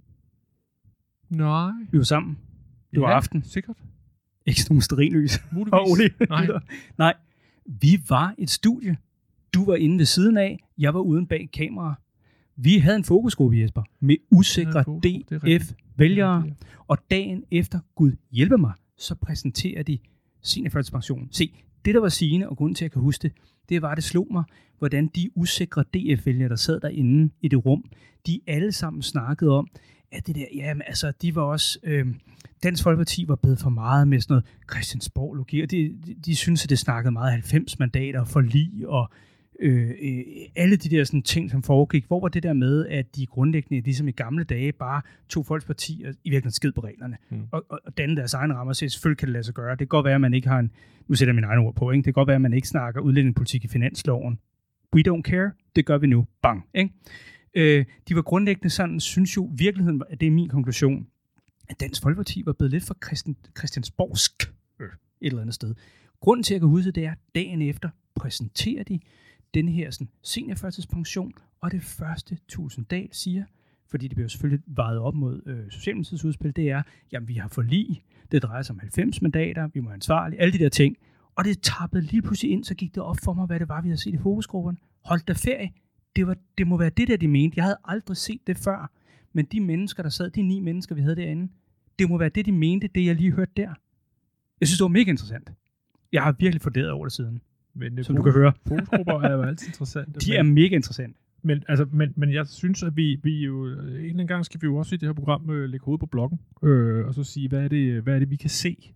Nej. Vi var sammen. Det var ja, aften. Sikkert. Ikke sådan nogle stearinlys. Muligvis. Og olie. Nej. Nej. Vi var et studie. Du var inde ved siden af. Jeg var uden bag kamera. Vi havde en fokusgruppe, Jesper, med usikre D F-vælgere. Og dagen efter, Gud hjælpe mig, så præsenterer de seniorførtidspension. Se, det der var sigende, og grunden til, at jeg kan huske det, det var, det slog mig, hvordan de usikre D F-vælgere, der sad derinde i det rum, de alle sammen snakkede om, at det der, jamen altså, de var også, øh, Dansk Folkeparti var blevet for meget med sådan noget Christiansborg-logi, og de, de, de synes, at det snakkede meget halvfems mandater for lig, og øh, øh, alle de der sådan ting, som foregik. Hvor var det der med, at de grundlæggende, ligesom i gamle dage, bare tog folks partier i virkeligheden skid på reglerne, mm. og, og, og danne deres egen rammer, så selvfølgelig kan det lade sig gøre. Det kan godt være, at man ikke har en, nu sætter jeg mine egne ord på, ikke? Det kan godt være, at man ikke snakker udlændingepolitik i finansloven. We don't care, det gør vi nu. Bang, ikke? Øh, de var grundlæggende sådan, synes jo, virkeligheden, at det er min konklusion, at Dansk Folkeparti var blevet lidt for Christian, Christiansborgsk øh, et eller andet sted. Grunden til, at jeg kan huske det, er, dagen efter præsenterer de den her sådan, seniorførtidspension, og det første Thulesen Dahl siger, fordi det bliver selvfølgelig vejet op mod øh, Socialdemokratiets udspil, det er, jamen vi har forlig, det drejer sig om halvfems mandater, vi må være ansvarlige, alle de der ting. Og det tappede lige pludselig ind, så gik det op for mig, hvad det var, vi havde set i fokusgruppen. Hold da ferie. Det, var, det må være det der, de mente. Jeg havde aldrig set det før. Men de mennesker, der sad, de ni mennesker, vi havde derinde, det må være det, de mente, det jeg lige hørte der. Jeg synes, det var mega interessant. Jeg har virkelig funderet over det siden, men, som du kan høre. Fokusgrupper er jo altid interessante. De er mega interessante. Men, altså, men, men jeg synes, at vi, vi jo, en eller anden gang skal vi jo også i det her program øh, lægge hovedet på bloggen, øh, og så sige, hvad er, det, hvad er det, vi kan se,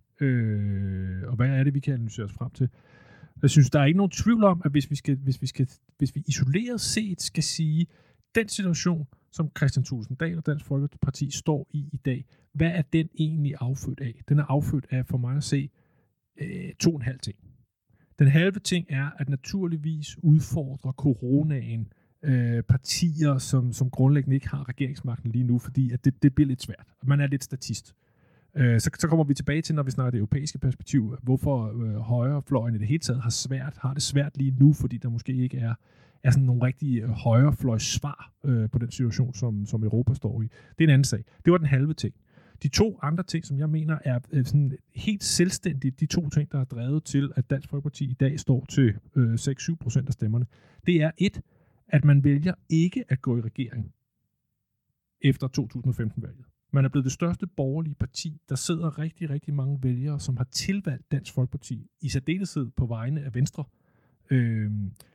øh, og hvad er det, vi kan analysere os frem til. Jeg synes, der er ikke nogen tvivl om, at hvis vi, skal, hvis vi, skal, hvis vi isoleret set skal sige, den situation, som Kristian Thulesen Dahl og Dansk Folkeparti står i i dag, hvad er den egentlig affødt af? Den er affødt af, for mig at se, øh, to og en halv ting. Den halve ting er, at naturligvis udfordrer coronaen øh, partier, som, som grundlæggende ikke har regeringsmagten lige nu, fordi at det, det bliver lidt svært. Man er lidt statist. Øh, så, så kommer vi tilbage til, når vi snakker det europæiske perspektiv, hvorfor øh, højrefløjen i det hele taget har, svært, har det svært lige nu, fordi der måske ikke er, er sådan nogle rigtige øh, højrefløjs svar øh, på den situation, som, som Europa står i. Det er en anden sag. Det var den halve ting. De to andre ting, som jeg mener er øh, sådan helt selvstændigt, de to ting, der har drevet til, at Dansk Folkeparti i dag står til øh, seks til syv procent af stemmerne, det er et, at man vælger ikke at gå i regering efter to tusind og femten-valget. Man er blevet det største borgerlige parti. Der sidder rigtig, rigtig mange vælgere, som har tilvalgt Dansk Folkeparti, i særdeleshed på vegne af Venstre, øh,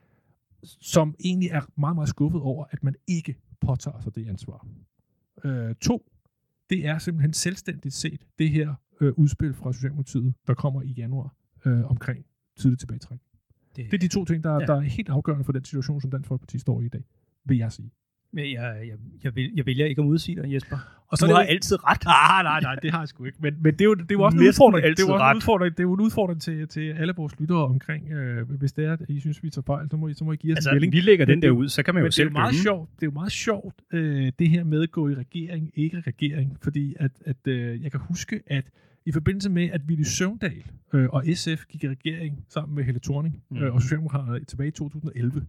som egentlig er meget, meget skuffet over, at man ikke påtager sig det ansvar. Øh, to, det er simpelthen selvstændigt set det her øh, udspil fra Socialdemokratiet, der kommer i januar øh, omkring tidligt tilbagetræk. Det, det er de to ting, der, ja. der er helt afgørende for den situation, som Dansk Folkeparti står i i dag, vil jeg sige. Men jeg, jeg, jeg, vil, jeg vælger ikke at modsige dig, Jesper. Og så du har det, altid ret. Ah, nej, nej, det har jeg sgu ikke. Men, men det, er jo, det er jo også en udfordring. Det er jo også en udfordring, det er jo en udfordring til, til alle vores lyttere omkring, øh, hvis det er, at I synes, vi tager fejl, så må I, så må I give os altså, en melding. Vi lægger den der ud, så kan man jo selv det er jo meget sjovt, det er jo meget sjovt, øh, det her med at gå i regering, ikke regering, fordi at, at øh, jeg kan huske, at i forbindelse med, at Villy Søvndal øh, og S F gik i regering sammen med Helle Thorning mm. øh, og Socialdemokraterne tilbage i to tusind og elleve,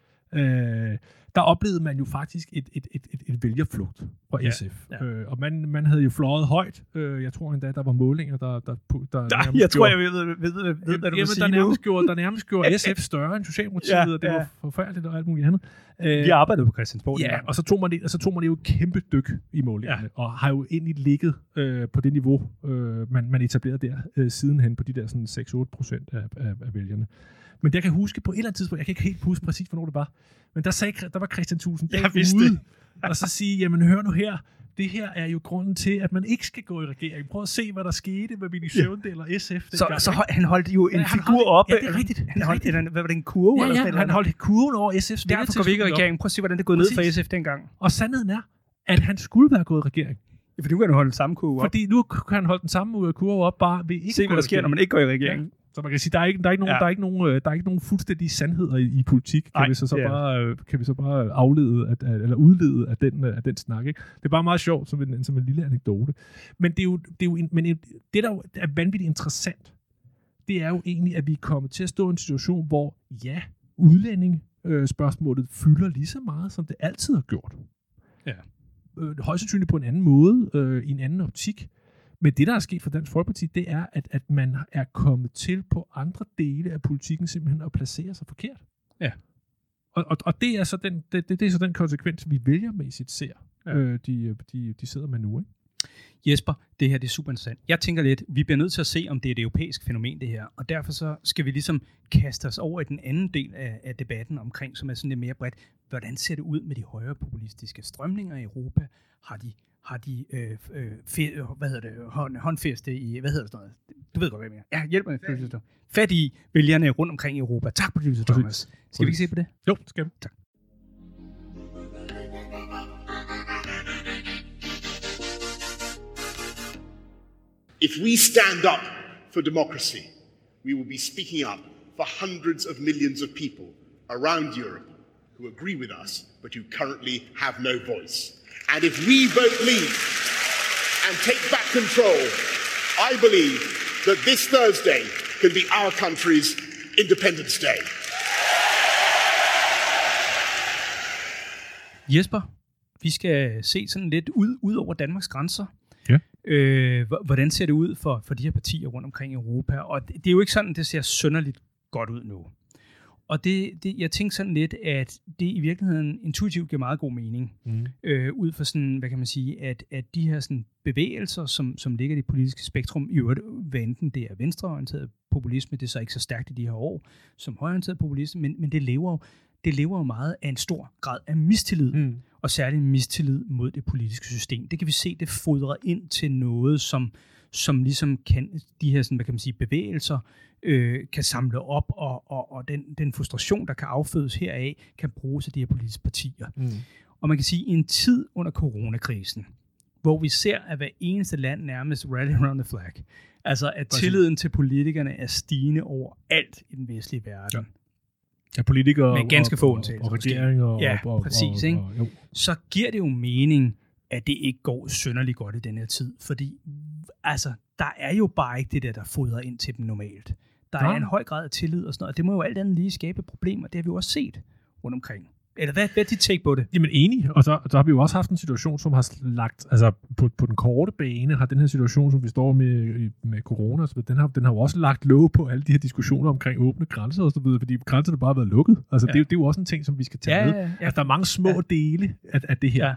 øh, der oplevede man jo faktisk et, et, et, et, et vælgerflugt fra ja, S F. Ja. Øh, og man, man havde jo fløjet højt. Øh, jeg tror endda, der var målinger, der... der, der, der jeg tror, jeg ved, ved, ved, ved, ved hvad du vil sige der nærmest, gjorde, der nærmest gjorde S F større end Socialdemokratiet, ja, og det ja. var forfærdeligt og alt muligt andet. Øh, Vi arbejdede på Christiansborg. Ja, og så tog, man det, og så tog man det jo et kæmpe dyk i målingerne, ja. og har jo egentlig ligget øh, på det niveau, øh, man, man etablerede der øh, sidenhen på de der sådan seks til otte procent af, af, af vælgerne. Men jeg kan huske på et eller andet tidspunkt, jeg kan ikke helt huske præcis, hvornår det var, men der, sagde, der var Kristian Thulesen Dahl ude, og så sige, jamen hør nu her, det her er jo grunden til, at man ikke skal gå i regering. Prøv at se, hvad der skete med Villy Søvndal og S F. Så, gang, så hold, han holdt jo en ja, figur holdt, oppe. Ja, det er rigtigt. Han holdt, en, hvad var det, en kurve? Ja, eller ja, sådan han holdt kurven over S F's. Derfor går vi ikke i regering. Prøv at se, hvordan det er gået ned for S F dengang. Og sandheden er, at han skulle være gået i regering. Ja, for nu kan han holde den samme kurve op. Fordi nu kan han holde den samme kurve op, bare ved ikke se, hvad der sker, når man ikke går i regering. Ja. Så man kan sige, der er ikke, der er ikke nogen, ja. der er ikke nogen, der er ikke nogen fuldstændige sandheder i, i politik. Kan Ej, vi så, så bare, kan vi så bare aflede at, eller udlede af den, af den snak. Ikke? Det er bare meget sjovt som en, som en lille anekdote. Men det er jo, det er jo en, men det der jo er vanvittigt interessant, det er jo egentlig, at vi er kommet til at stå i en situation, hvor ja, udlænding øh, spørgsmålet fylder lige så meget, som det altid har gjort. Ja. Øh, højst sandsynligt på en anden måde, øh, i en anden optik. Men det, der er sket for Dansk Folkeparti, det er, at, at man er kommet til på andre dele af politikken simpelthen at placere sig forkert. Ja. Og, og, og det, er så den, det, det er så den konsekvens, vi vælgermæssigt ser, ja. øh, de, de, de sidder med nu. Ikke? Jesper, det her det er super interessant. Jeg tænker lidt, vi bliver nødt til at se, om det er et europæisk fænomen, det her. Og derfor så skal vi ligesom kaste os over i den anden del af, af debatten omkring, som er sådan lidt mere bredt. Hvordan ser det ud med de højre populistiske strømninger i Europa? Har de har de øh, øh, fe, hvad hedder det, hånd, håndfæste i, hvad hedder det sådan noget? Du ved godt, hvad jeg mener. Ja, hjælp mig. Fat, Fat i vælgerne rundt omkring i Europa. Tak, producer Thomas. Skal vi ikke se på det? Jo, det skal vi. Tak. If we stand up for democracy, we will be speaking up for hundreds of millions of people around Europe who agree with us, but who currently have no voice. And if we vote Leave and take back control, I believe that this Thursday can be our country's Independence Day. Jesper, vi skal se sådan lidt ud, ud over Danmarks grænser. Ja. Øh, hvordan ser det ud for, for de her partier rundt omkring i Europa? Og det, det er jo ikke sådan, det ser synderligt godt ud nu. Og det, det, jeg tænker sådan lidt, at det i virkeligheden intuitivt giver meget god mening. Mm. Øh, ud fra sådan, hvad kan man sige, at, at de her sådan bevægelser, som, som ligger i det politiske spektrum, i øvrigt, hvad enten det er venstreorienteret populisme, det er så ikke så stærkt i de her år, som højreorienteret populisme, men, men det lever jo det lever jo meget af en stor grad af mistillid, mm. og særligt mistillid mod det politiske system. Det kan vi se, det fodrer ind til noget, som, som ligesom kan, de her sådan, hvad kan man sige, bevægelser, øh, kan samle op, og, og, og den, den frustration, der kan affødes heraf, kan bruges af de her politiske partier. Mm. Og man kan sige, at i en tid under coronakrisen, hvor vi ser, at hver eneste land nærmest rally around the flag, altså at tilliden til politikerne er stigende over alt i den vestlige verden. Ja. Ja, politikere med ganske og, få og, og regeringer. Og, ja, og, præcis. Og, og, og, så giver det jo mening, at det ikke går synderligt godt i den her tid. Fordi altså, der er jo bare ikke det der, der fodrer ind til dem normalt. Der ja. er en høj grad af tillid og sådan noget. Det må jo alt andet lige skabe problemer. Det har vi jo også set rundt omkring. Eller hvad, hvad er dit take på det? Jamen enig, og så, så har vi jo også haft en situation, som har lagt, altså på, på den korte bane, har den her situation, som vi står med med corona, så den har, den har jo også lagt låg på alle de her diskussioner omkring åbne grænser og så videre, fordi grænserne bare har været lukket. Altså ja. det, det er jo også en ting, som vi skal tage ja, med. Ja, ja. Altså der er mange små ja. dele af, af det her. Ja.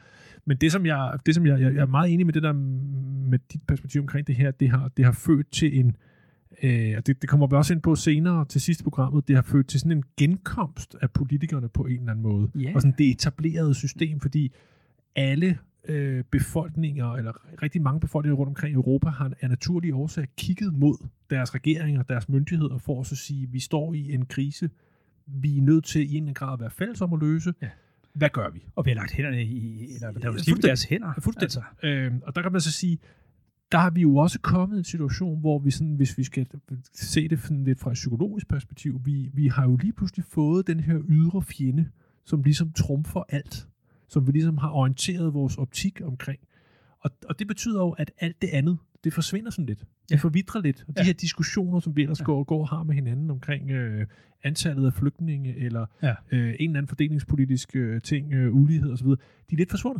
Men det, som jeg, det, som jeg, jeg er meget enig med det der, med dit perspektiv omkring det her, det har, det har ført til en, øh, og det, det kommer vi også ind på senere til sidste programmet, det har ført til sådan en genkomst af politikerne på en eller anden måde. Yeah. Og sådan det etablerede system, fordi alle øh, befolkninger, eller rigtig mange befolkninger rundt omkring i Europa, har af naturlige årsager kigget mod deres regeringer, deres myndigheder, for at så sige, at vi står i en krise, vi er nødt til i en eller anden grad at være fælles om at løse. Ja. Hvad gør vi? Og vi har lagt hænderne i, eller der var sliv i deres hænder. Fuldstændig. Altså. Øhm, og der kan man så sige, der har vi jo også kommet i en situation, hvor vi sådan, hvis vi skal se det sådan lidt fra et psykologisk perspektiv, vi, vi har jo lige pludselig fået den her ydre fjende, som ligesom trumfer alt, som vi ligesom har orienteret vores optik omkring. Og, og det betyder jo, at alt det andet, det forsvinder sådan lidt. Det ja. forvitrer lidt. Og de ja. her diskussioner, som vi ellers ja. går, går og har med hinanden omkring øh, antallet af flygtninge, eller ja. øh, en eller anden fordelingspolitisk øh, ting, øh, ulighed osv., de er lidt forsvundet.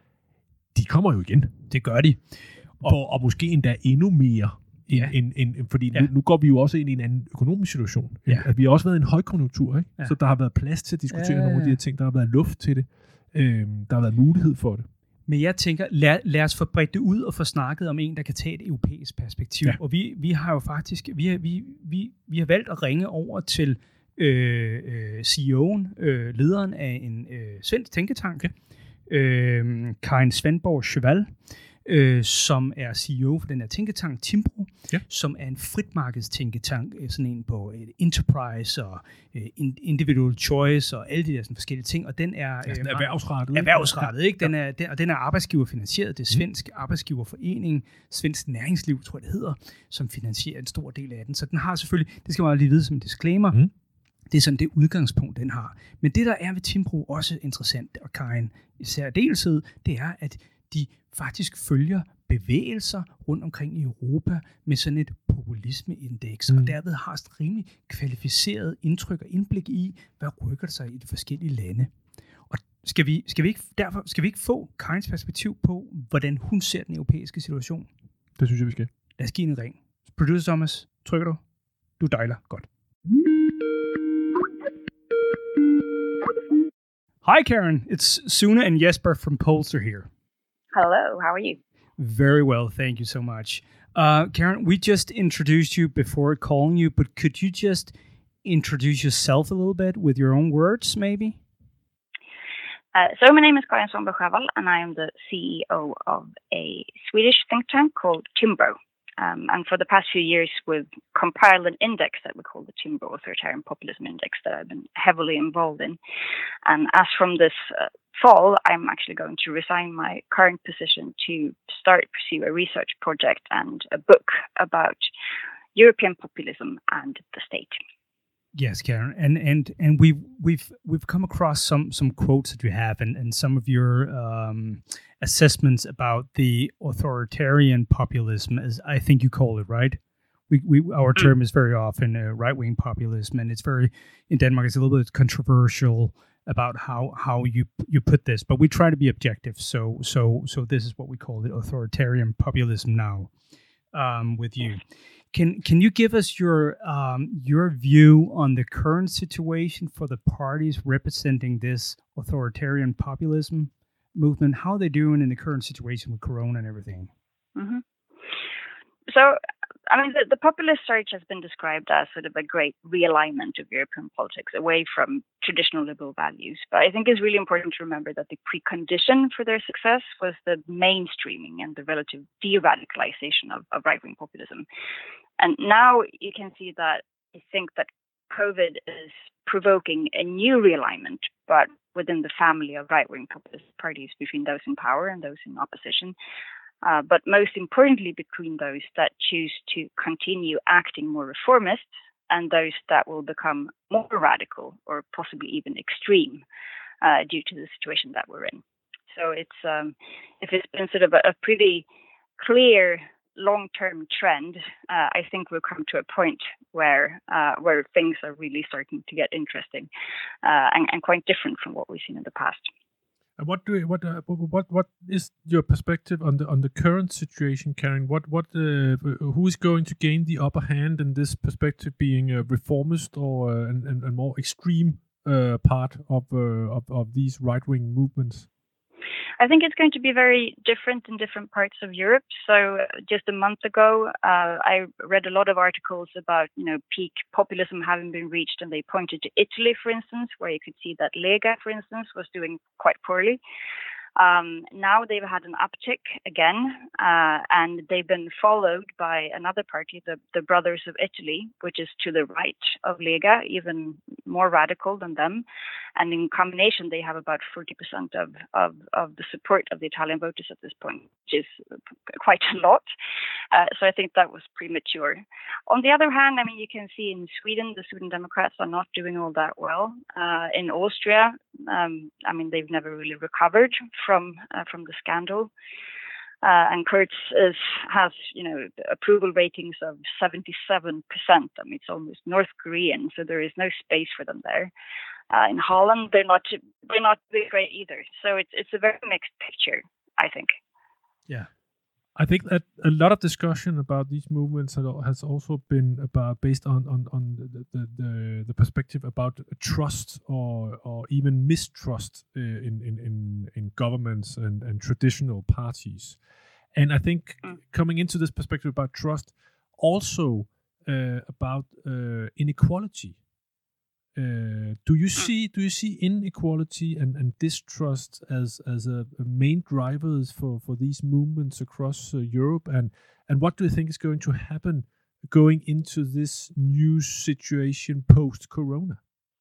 De kommer jo igen. Det gør de. Og, og måske endda endnu mere. End, ja. end, end, fordi ja. nu, nu går vi jo også ind i en anden økonomisk situation. Ja. At vi har også været i en højkonjunktur, ikke? Ja. Så der har været plads til at diskutere ja, ja, ja. nogle af de her ting. Der har været luft til det. Øhm, der har været mulighed for det. Men jeg tænker, lad, lad os få bredt det ud og få snakket om en, der kan tage et europæisk perspektiv. Ja. Og vi, vi har jo faktisk, vi har, vi, vi, vi har valgt at ringe over til øh, øh, C E O'en, øh, lederen af en øh, svensk tænketank, ja. øh, Karin Svendborg Cheval, øh, som er C E O for den her tænketank, Timbro, ja. som er en fritmarkedstænketank, sådan en på uh, enterprise og uh, individual choice og alle de der sådan forskellige ting, og den er ja, øh, erhvervsrettet, erhvervsrettet, ikke? Den er, den, og den er arbejdsgiverfinansieret. Det er Svensk mm. Arbejdsgiverforening, Svensk Næringsliv, tror jeg det hedder, som finansierer en stor del af den. Så den har selvfølgelig, det skal man lige vide som en disclaimer, mm. det er sådan det udgangspunkt, den har. Men det, der er ved Timbro også interessant, og Karin i særdeleshed, det er, at de faktisk følger bevægelser rundt omkring i Europa med sådan et populismeindeks, mm. og derved har et rimelig kvalificeret indtryk og indblik i, hvad rykker der sig i de forskellige lande. Og skal vi, skal vi ikke, derfor skal vi ikke få Karins perspektiv på, hvordan hun ser den europæiske situation? Det synes jeg, vi skal. Lad os give en ring. Producer Thomas, trykker du? Du dejler. Godt. Hi Karen, it's Sune and Jesper from Polster here. Hello, how are you? Very well, thank you so much. Uh, Karen, we just introduced you before calling you, but could you just introduce yourself a little bit with your own words, maybe? Uh, so my name is Karin Svendborg Cheval, and I am the C E O of a Swedish think tank called Timbro. Um, and for the past few years, we've compiled an index that we call the Timbro Authoritarian Populism Index that I've been heavily involved in. And as from this uh, fall, I'm actually going to resign my current position to start pursue a research project and a book about European populism and the state. Yes, Karen, and and and we've we've we've come across some some quotes that you have, and and some of your um, assessments about the authoritarian populism, as I think you call it, right? We we our term is very often uh, right wing populism, and it's very in Denmark. It's a little bit controversial about how how you you put this, but we try to be objective. So so so this is what we call it, authoritarian populism now, um, with you. Can can you give us your um, your view on the current situation for the parties representing this authoritarian populism movement? How are they doing in the current situation with Corona and everything? Mm-hmm. So, I mean, the, the populist surge has been described as sort of a great realignment of European politics away from traditional liberal values. But I think it's really important to remember that the precondition for their success was the mainstreaming and the relative de-radicalization of, of right-wing populism. And now you can see that I think that COVID is provoking a new realignment, but within the family of right-wing populist parties between those in power and those in opposition. Uh, but most importantly, between those that choose to continue acting more reformist and those that will become more radical or possibly even extreme uh, due to the situation that we're in. So it's um, if it's been sort of a, a pretty clear long-term trend, uh, I think we'll come to a point where uh, where things are really starting to get interesting uh, and, and quite different from what we've seen in the past. And what do what uh, what what is your perspective on the on the current situation, Karen? What what uh, who is going to gain the upper hand in this perspective, being a reformist or uh, and, and more extreme uh, part of, uh, of of these right wing movements? I think it's going to be very different in different parts of Europe. So just a month ago, uh, I read a lot of articles about, you know, peak populism having been reached, and they pointed to Italy, for instance, where you could see that Lega, for instance, was doing quite poorly. Um, now they've had an uptick again, uh, and they've been followed by another party, the, the Brothers of Italy, which is to the right of Lega, even more radical than them. And in combination, they have about forty percent of, of, of the support of the Italian voters at this point, which is quite a lot. Uh, so I think that was premature. On the other hand, I mean, you can see in Sweden, the Sweden Democrats are not doing all that well. Uh, in Austria, um, I mean, they've never really recovered from uh, from the scandal. Uh, and Kurz is, has, you know, approval ratings of seventy-seven percent. I mean, it's almost North Korean, so there is no space for them there. Uh, in Holland, they're not they're not doing great either. So it's it's a very mixed picture, I think. Yeah, I think that a lot of discussion about these movements has also been about based on on on the the, the, the perspective about trust or or even mistrust uh, in, in in in governments and and traditional parties. And I think mm. coming into this perspective about trust, also uh, about uh, inequality. Uh, do you see do you see inequality and, and distrust as as a, a main drivers for, for these movements across uh, Europe, and and what do you think is going to happen going into this new situation post Corona?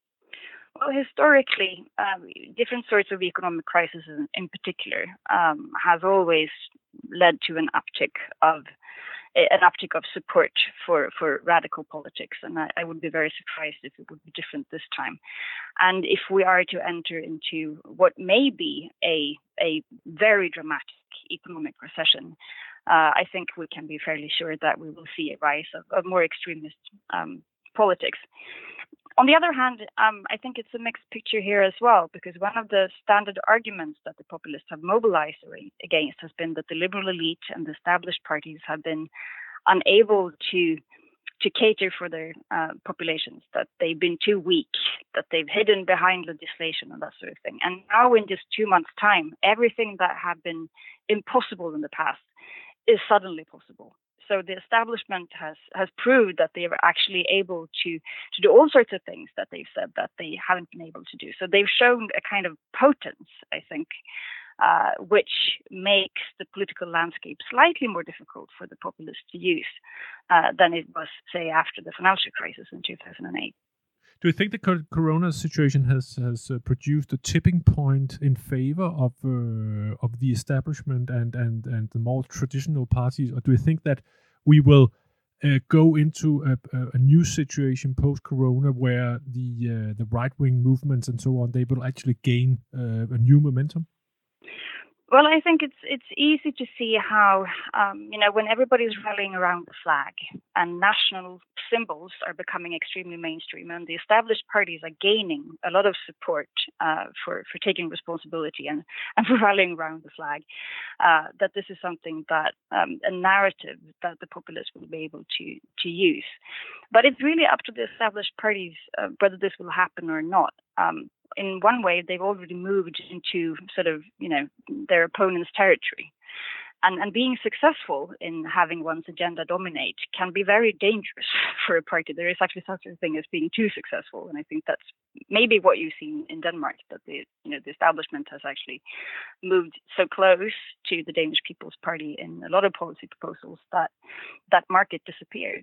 Well, historically, um, different sorts of economic crises in, in particular um, has always led to an uptick of an uptick of support for, for radical politics. And I, I would be very surprised if it would be different this time. And if we are to enter into what may be a, a very dramatic economic recession, uh, I think we can be fairly sure that we will see a rise of, of more extremist um, politics. On the other hand, um, I think it's a mixed picture here as well, because one of the standard arguments that the populists have mobilized against has been that the liberal elite and the established parties have been unable to to cater for their uh, populations, that they've been too weak, that they've hidden behind legislation and that sort of thing. And now in just two months' time, everything that had been impossible in the past is suddenly possible. So the establishment has, has proved that they are actually able to, to do all sorts of things that they've said that they haven't been able to do. So they've shown a kind of potence, I think, uh, which makes the political landscape slightly more difficult for the populists to use uh, than it was, say, after the financial crisis in two thousand eight. Do you think the Corona situation has has uh, produced a tipping point in favor of uh, of the establishment and, and, and the more traditional parties, or do you think that we will uh, go into a, a new situation post Corona where the uh, the right wing movements and so on, they will actually gain uh, a new momentum? Well, I think it's it's easy to see how, um, you know, when everybody's rallying around the flag and national symbols are becoming extremely mainstream and the established parties are gaining a lot of support uh, for, for taking responsibility and, and for rallying around the flag, uh, that this is something that, um, a narrative that the populists will be able to, to use. But it's really up to the established parties uh, whether this will happen or not. Um, in one way, they've already moved into sort of, you know, their opponent's territory. And, and being successful in having one's agenda dominate can be very dangerous for a party. There is actually such a thing as being too successful. And I think that's maybe what you've seen in Denmark, that the, you know, the establishment has actually moved so close to the Danish People's Party in a lot of policy proposals that that market disappeared.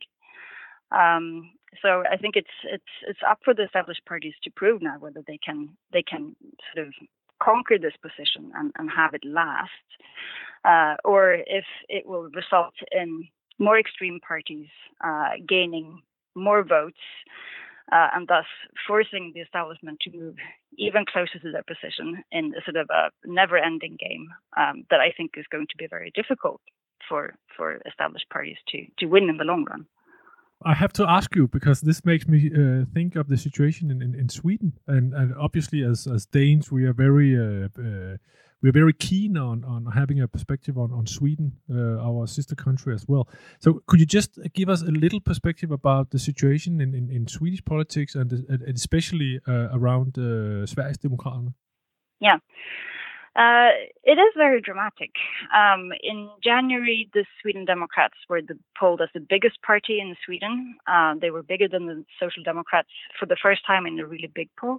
Um, so I think it's it's it's up for the established parties to prove now whether they can they can sort of conquer this position and, and have it last, uh, or if it will result in more extreme parties uh, gaining more votes uh, and thus forcing the establishment to move even closer to their position in a sort of a never-ending game um, that I think is going to be very difficult for for established parties to to win in the long run. I have to ask you, because this makes me uh, think of the situation in, in, in Sweden, and, and obviously as as Danes we are very uh, uh, we are very keen on on having a perspective on on Sweden, uh, our sister country as well. So could you just give us a little perspective about the situation in, in, in Swedish politics and, and especially uh, around uh, Sverigesdemokraterne? Yeah. Uh, it is very dramatic. Um, in January, the Sweden Democrats were the, polled as the biggest party in Sweden. Uh, they were bigger than the Social Democrats for the first time in a really big poll.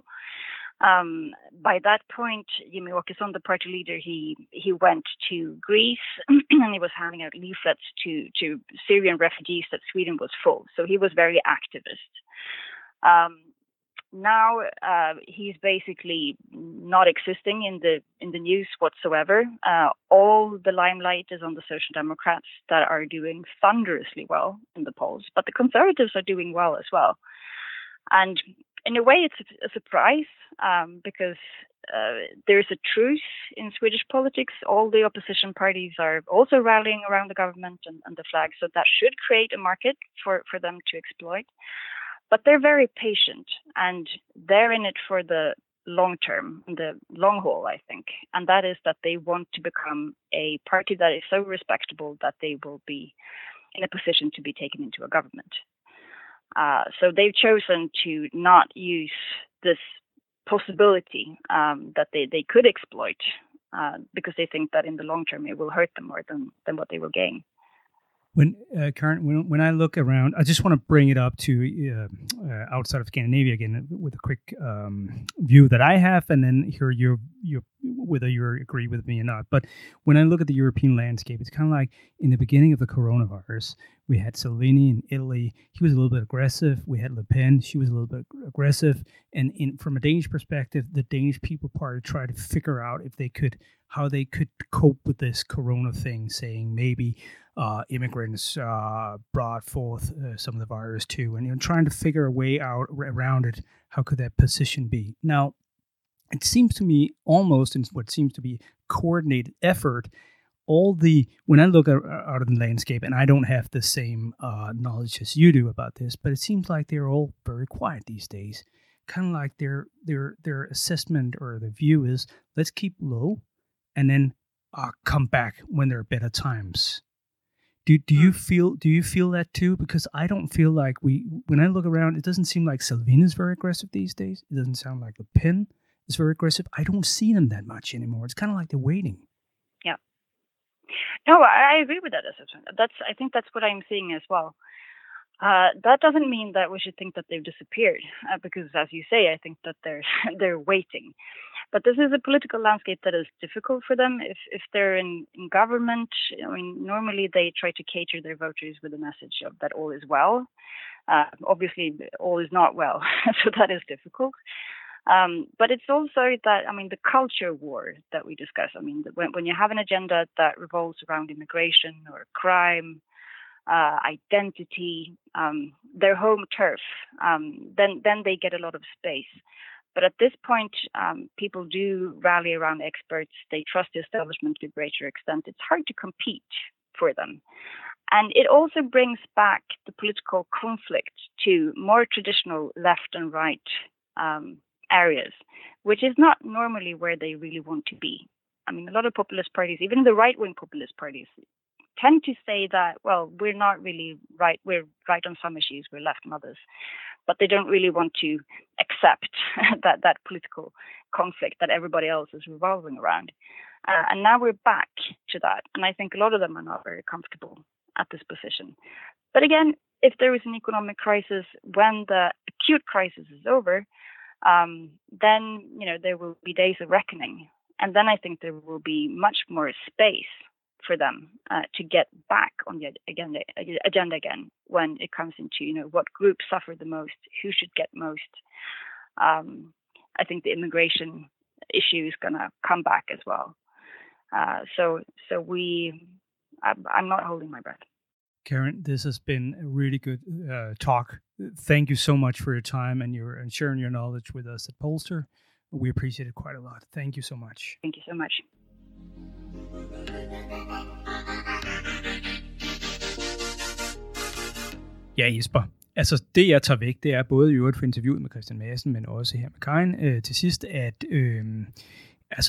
Um, by that point, Jimmie Åkesson, the party leader, he he went to Greece and he was handing out leaflets to, to Syrian refugees that Sweden was full. So he was very activist. Um, now uh, he's basically not existing in the in the news whatsoever. Uh, all the limelight is on the Social Democrats that are doing thunderously well in the polls, but the Conservatives are doing well as well. And in a way, it's a surprise um, because uh, there's a truce in Swedish politics. All the opposition parties are also rallying around the government and, and the flag, so that should create a market for, for them to exploit. But they're very patient, and they're in it for the long term, the long haul, I think. And that is that they want to become a party that is so respectable that they will be in a position to be taken into a government. Uh, so they've chosen to not use this possibility um, that they, they could exploit uh, because they think that in the long term it will hurt them more than, than what they will gain. When uh, Karen, when, when I look around, I just want to bring it up to uh, uh, outside of Scandinavia again with a quick um, view that I have, and then hear your your whether you agree with me or not. But when I look at the European landscape, it's kind of like in the beginning of the coronavirus, we had Salvini in Italy. He was a little bit aggressive. We had Le Pen. She was a little bit aggressive. And in, from a Danish perspective, the Danish People Party tried to figure out if they could, how they could cope with this corona thing, saying maybe uh, immigrants uh, brought forth uh, some of the virus too, and you know, trying to figure a way out around it. How could that position be? Now, it seems to me almost in what seems to be coordinated effort. All the when I look at, out of the landscape, and I don't have the same uh, knowledge as you do about this, but it seems like they're all very quiet these days. Kind of like their their their assessment or the view is let's keep low, and then uh, come back when there are better times. Do do you feel do you feel that too? Because I don't feel like we. When I look around, it doesn't seem like Salvini is very aggressive these days. It doesn't sound like Le Pen is very aggressive. I don't see them that much anymore. It's kind of like they're waiting. Yeah. No, I agree with that assessment. That's I think that's what I'm seeing as well. Uh, that doesn't mean that we should think that they've disappeared, uh, because, as you say, I think that they're they're waiting. But this is a political landscape that is difficult for them. If if they're in, in government, I mean, normally they try to cater their voters with a message of that all is well. Uh, obviously, all is not well, so that is difficult. Um, but it's also that, I mean, the culture war that we discuss. I mean, when, when you have an agenda that revolves around immigration or crime, uh, identity, um, their home turf, um, then then they get a lot of space. But at this point, um, people do rally around experts. They trust the establishment to a greater extent. It's hard to compete for them. And it also brings back the political conflict to more traditional left and right um, areas, which is not normally where they really want to be. I mean, a lot of populist parties, even the right-wing populist parties, tend to say that, well, we're not really right. We're right on some issues, we're left on others. But they don't really want to accept that, that political conflict that everybody else is revolving around. Uh, and now we're back to that. And I think a lot of them are not very comfortable at this position. But again, if there is an economic crisis, when the acute crisis is over, um, then, you know, there will be days of reckoning. And then I think there will be much more space for them uh, to get back on the agenda, agenda again when it comes into, you know, what groups suffer the most, who should get most. Um, I think the immigration issue is going to come back as well. Uh, so, so we, I'm, I'm not holding my breath. Karen, this has been a really good uh, talk. Thank you so much for your time and your and sharing your knowledge with us at Polster. We appreciate it quite a lot. Thank you so much. Thank you so much. Ja, Jesper. Altså, det jeg tager væk, det er både i øvrigt for interviewet med Christian Madsen, men også her med Karin øh, til sidst, at øh, altså,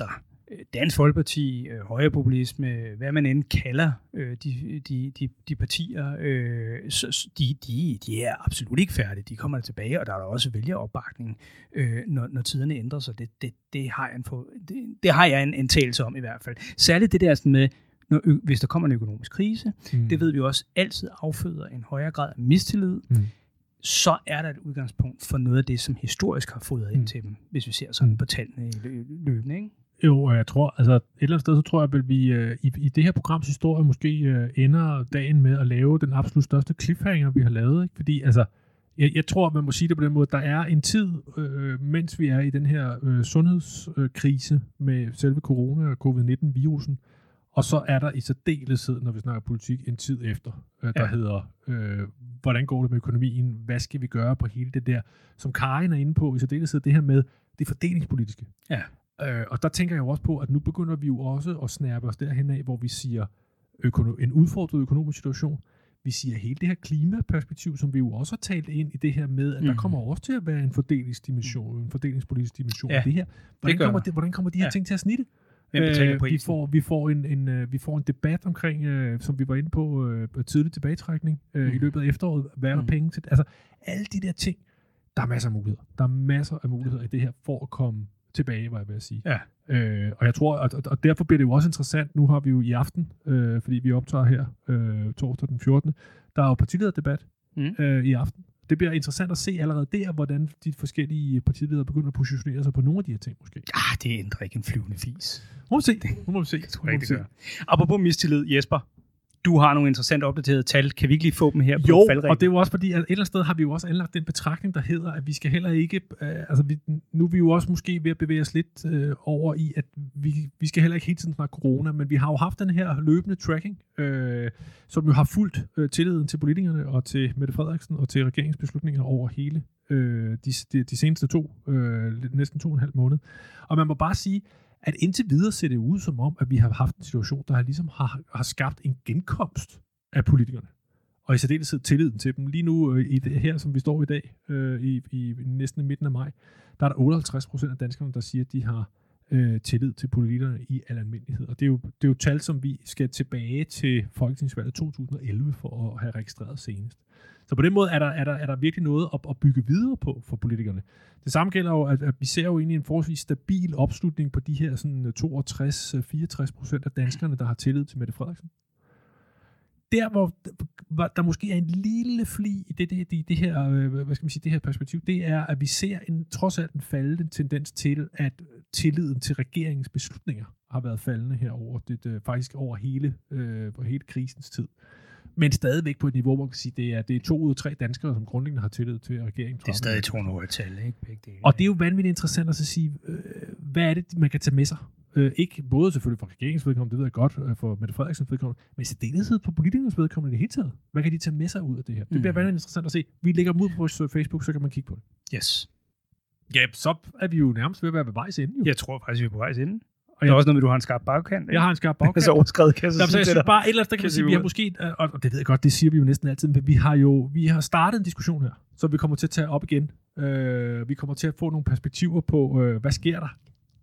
Dansk Folkeparti, øh, højrepopulisme, hvad man end kalder øh, de, de, de, de partier, øh, så, de, de, de er absolut ikke færdige. De kommer tilbage, og der er der også vælgeropbakning, øh, når, når tiderne ændrer sig. Det, det, det har jeg, en, for, det, det har jeg en, en tagelse om i hvert fald. Særligt det der sådan med, når, hvis der kommer en økonomisk krise, mm. det ved vi også altid afføder en højere grad af mistillid, mm. så er der et udgangspunkt for noget af det, som historisk har fodret ind mm. til dem, hvis vi ser sådan mm. på tallene i løbende, ikke? Jo, og jeg tror, altså et eller andet sted, så tror jeg, at vi øh, i, i det her programs historie måske øh, ender dagen med at lave den absolut største cliffhanger, vi har lavet, ikke? Fordi altså, jeg, jeg tror, man må sige det på den måde, der er en tid, øh, mens vi er i den her øh, sundhedskrise øh, med selve corona og covid nitten-virusen, og så er der i særdeleshed, når vi snakker politik, en tid efter, øh, der ja. hedder, øh, hvordan går det med økonomien, hvad skal vi gøre på hele det der, som Karin er inde på, i særdeleshed det her med det fordelingspolitiske. Ja. Øh, og der tænker jeg jo også på, at nu begynder vi jo også at snærpe os derhen af, hvor vi siger økono- en udfordret økonomisk situation. Vi siger hele det her klimaperspektiv, som vi jo også har talt ind i det her med, at mm. der kommer også til at være en fordelingsdimension, en fordelingspolitisk dimension ja, i det her. Hvordan, det kommer, det, hvordan kommer de her ja. ting til at snitte? Øh, vi, får, vi, får en, en, uh, vi får en debat omkring, uh, som vi var inde på, uh, tidlig tilbagetrækning uh, mm. i løbet af efteråret. Hvad er der mm. penge til? Altså, alle de der ting, der er masser af muligheder. Der er masser af muligheder i det her for at komme tilbage, var jeg ved at sige. Ja. Øh, og jeg tror, og, og derfor bliver det jo også interessant, nu har vi jo i aften, øh, fordi vi optager her øh, torsdag den fjortende, der er jo partilederdebat mm. øh, i aften. Det bliver interessant at se allerede der, hvordan de forskellige partiledere begynder at positionere sig på nogle af de her ting, måske. Ah, det ændrer ikke en flyvende fis. Nu må vi se. Nu må vi se. Det tror jeg ikke, det gør. Apropos mistillid, Jesper. Du har nogle interessant opdaterede tal. Kan vi ikke lige få dem her på jo, faldreglen? Jo, og det er jo også fordi, at et eller andet sted har vi jo også anlagt den betragtning, der hedder, at vi skal heller ikke, øh, altså vi, nu er vi jo også måske ved at bevæge os lidt øh, over i, at vi, vi skal heller ikke hele tiden snakke corona, men vi har jo haft den her løbende tracking, øh, som jo har fulgt øh, tilliden til politikerne og til Mette Frederiksen og til regeringsbeslutninger over hele øh, de, de, de seneste to, øh, næsten to og en halv måned. Og man må bare sige, at indtil videre ser det ud som om, at vi har haft en situation, der ligesom har, har skabt en genkomst af politikerne. Og i særdeleshed tilliden til dem. Lige nu, øh, i det her, som vi står i dag, øh, i, i næsten midten af maj, der er der otteoghalvtreds procent af danskerne, der siger, at de har øh, tillid til politikerne i al almindelighed. Og det er, jo, det er jo tal, som vi skal tilbage til folketingsvalget to tusind og elleve for at have registreret senest. Så på den måde er der, er der, er der virkelig noget at, at bygge videre på for politikerne. Det samme gælder jo, at, at vi ser jo egentlig en forholdsvis stabil opslutning på de her sådan toogtres til fireogtres procent af danskerne, der har tillid til Mette Frederiksen. Der, hvor der måske er en lille fli i det, det, det, det, her, hvad skal man sige, det her perspektiv, det er, at vi ser en, trods alt en faldende tendens til, at tilliden til regeringens beslutninger har været faldende her over, det, faktisk over hele, øh, hele krisens tid. Men stadigvæk på et niveau, hvor man kan sige, det er, det er to ud af tre danskere, som grundlæggende har tillid til regeringen. Det er stadig to hundrede tal, ikke? Begge dele. Og det er jo vanvittigt interessant at sige, øh, hvad er det, man kan tage med sig? Øh, ikke både selvfølgelig for regeringens vedkommende, det ved jeg godt, øh, for Mette Frederiksens vedkommende, men i særdeleshed på politikernes vedkommende i det hele taget. Hvad kan de tage med sig ud af det her? Det bliver mm. vanvittigt interessant at se. Vi lægger dem ud på vores Facebook, så kan man kigge på det. Yes. Ja, så er vi jo nærmest ved at være ved vejs ende. Jo. Jeg tror faktisk, vi er på vejs ende. Og der er også noget med, du har en skarp bagkant. Ikke? Jeg har en skarp bagkant. Så overskrevet kan jeg så, så jeg synes bare, ellers der kan man sige, vi har måske, og det ved jeg godt, det siger vi jo næsten altid, men vi har jo vi har startet en diskussion her, så vi kommer til at tage op igen. Uh, vi kommer til at få nogle perspektiver på, uh, hvad sker der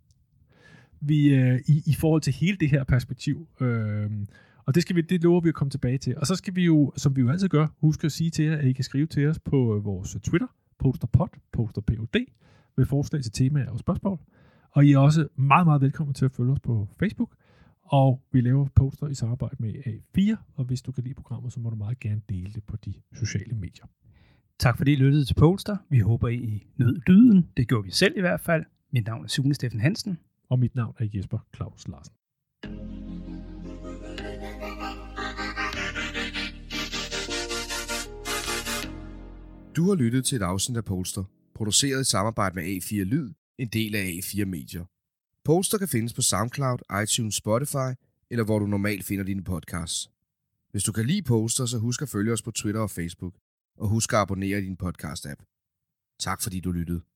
vi, uh, i, i forhold til hele det her perspektiv. Uh, og det, skal vi, det lover vi at komme tilbage til. Og så skal vi jo, som vi jo altid gør, huske at sige til jer, at I kan skrive til os på vores Twitter, posterpod, posterpod, med forslag til temaer og spørgsmål. Og I er også meget, meget velkommen til at følge os på Facebook. Og vi laver poster i samarbejde med A fire. Og hvis du kan lide programmet, så må du meget gerne dele det på de sociale medier. Tak fordi I lyttede til Polster. Vi håber, I nød lyden. Det gjorde vi selv i hvert fald. Mit navn er Sune Steffen Hansen. Og mit navn er Jesper Claus Larsen. Du har lyttet til et afsnit af Polster, produceret i samarbejde med A fire Lyd, en del af A fire Medier. Polster kan findes på SoundCloud, iTunes, Spotify, eller hvor du normalt finder dine podcasts. Hvis du kan lide Polster, så husk at følge os på Twitter og Facebook, og husk at abonnere i din podcast-app. Tak fordi du lyttede.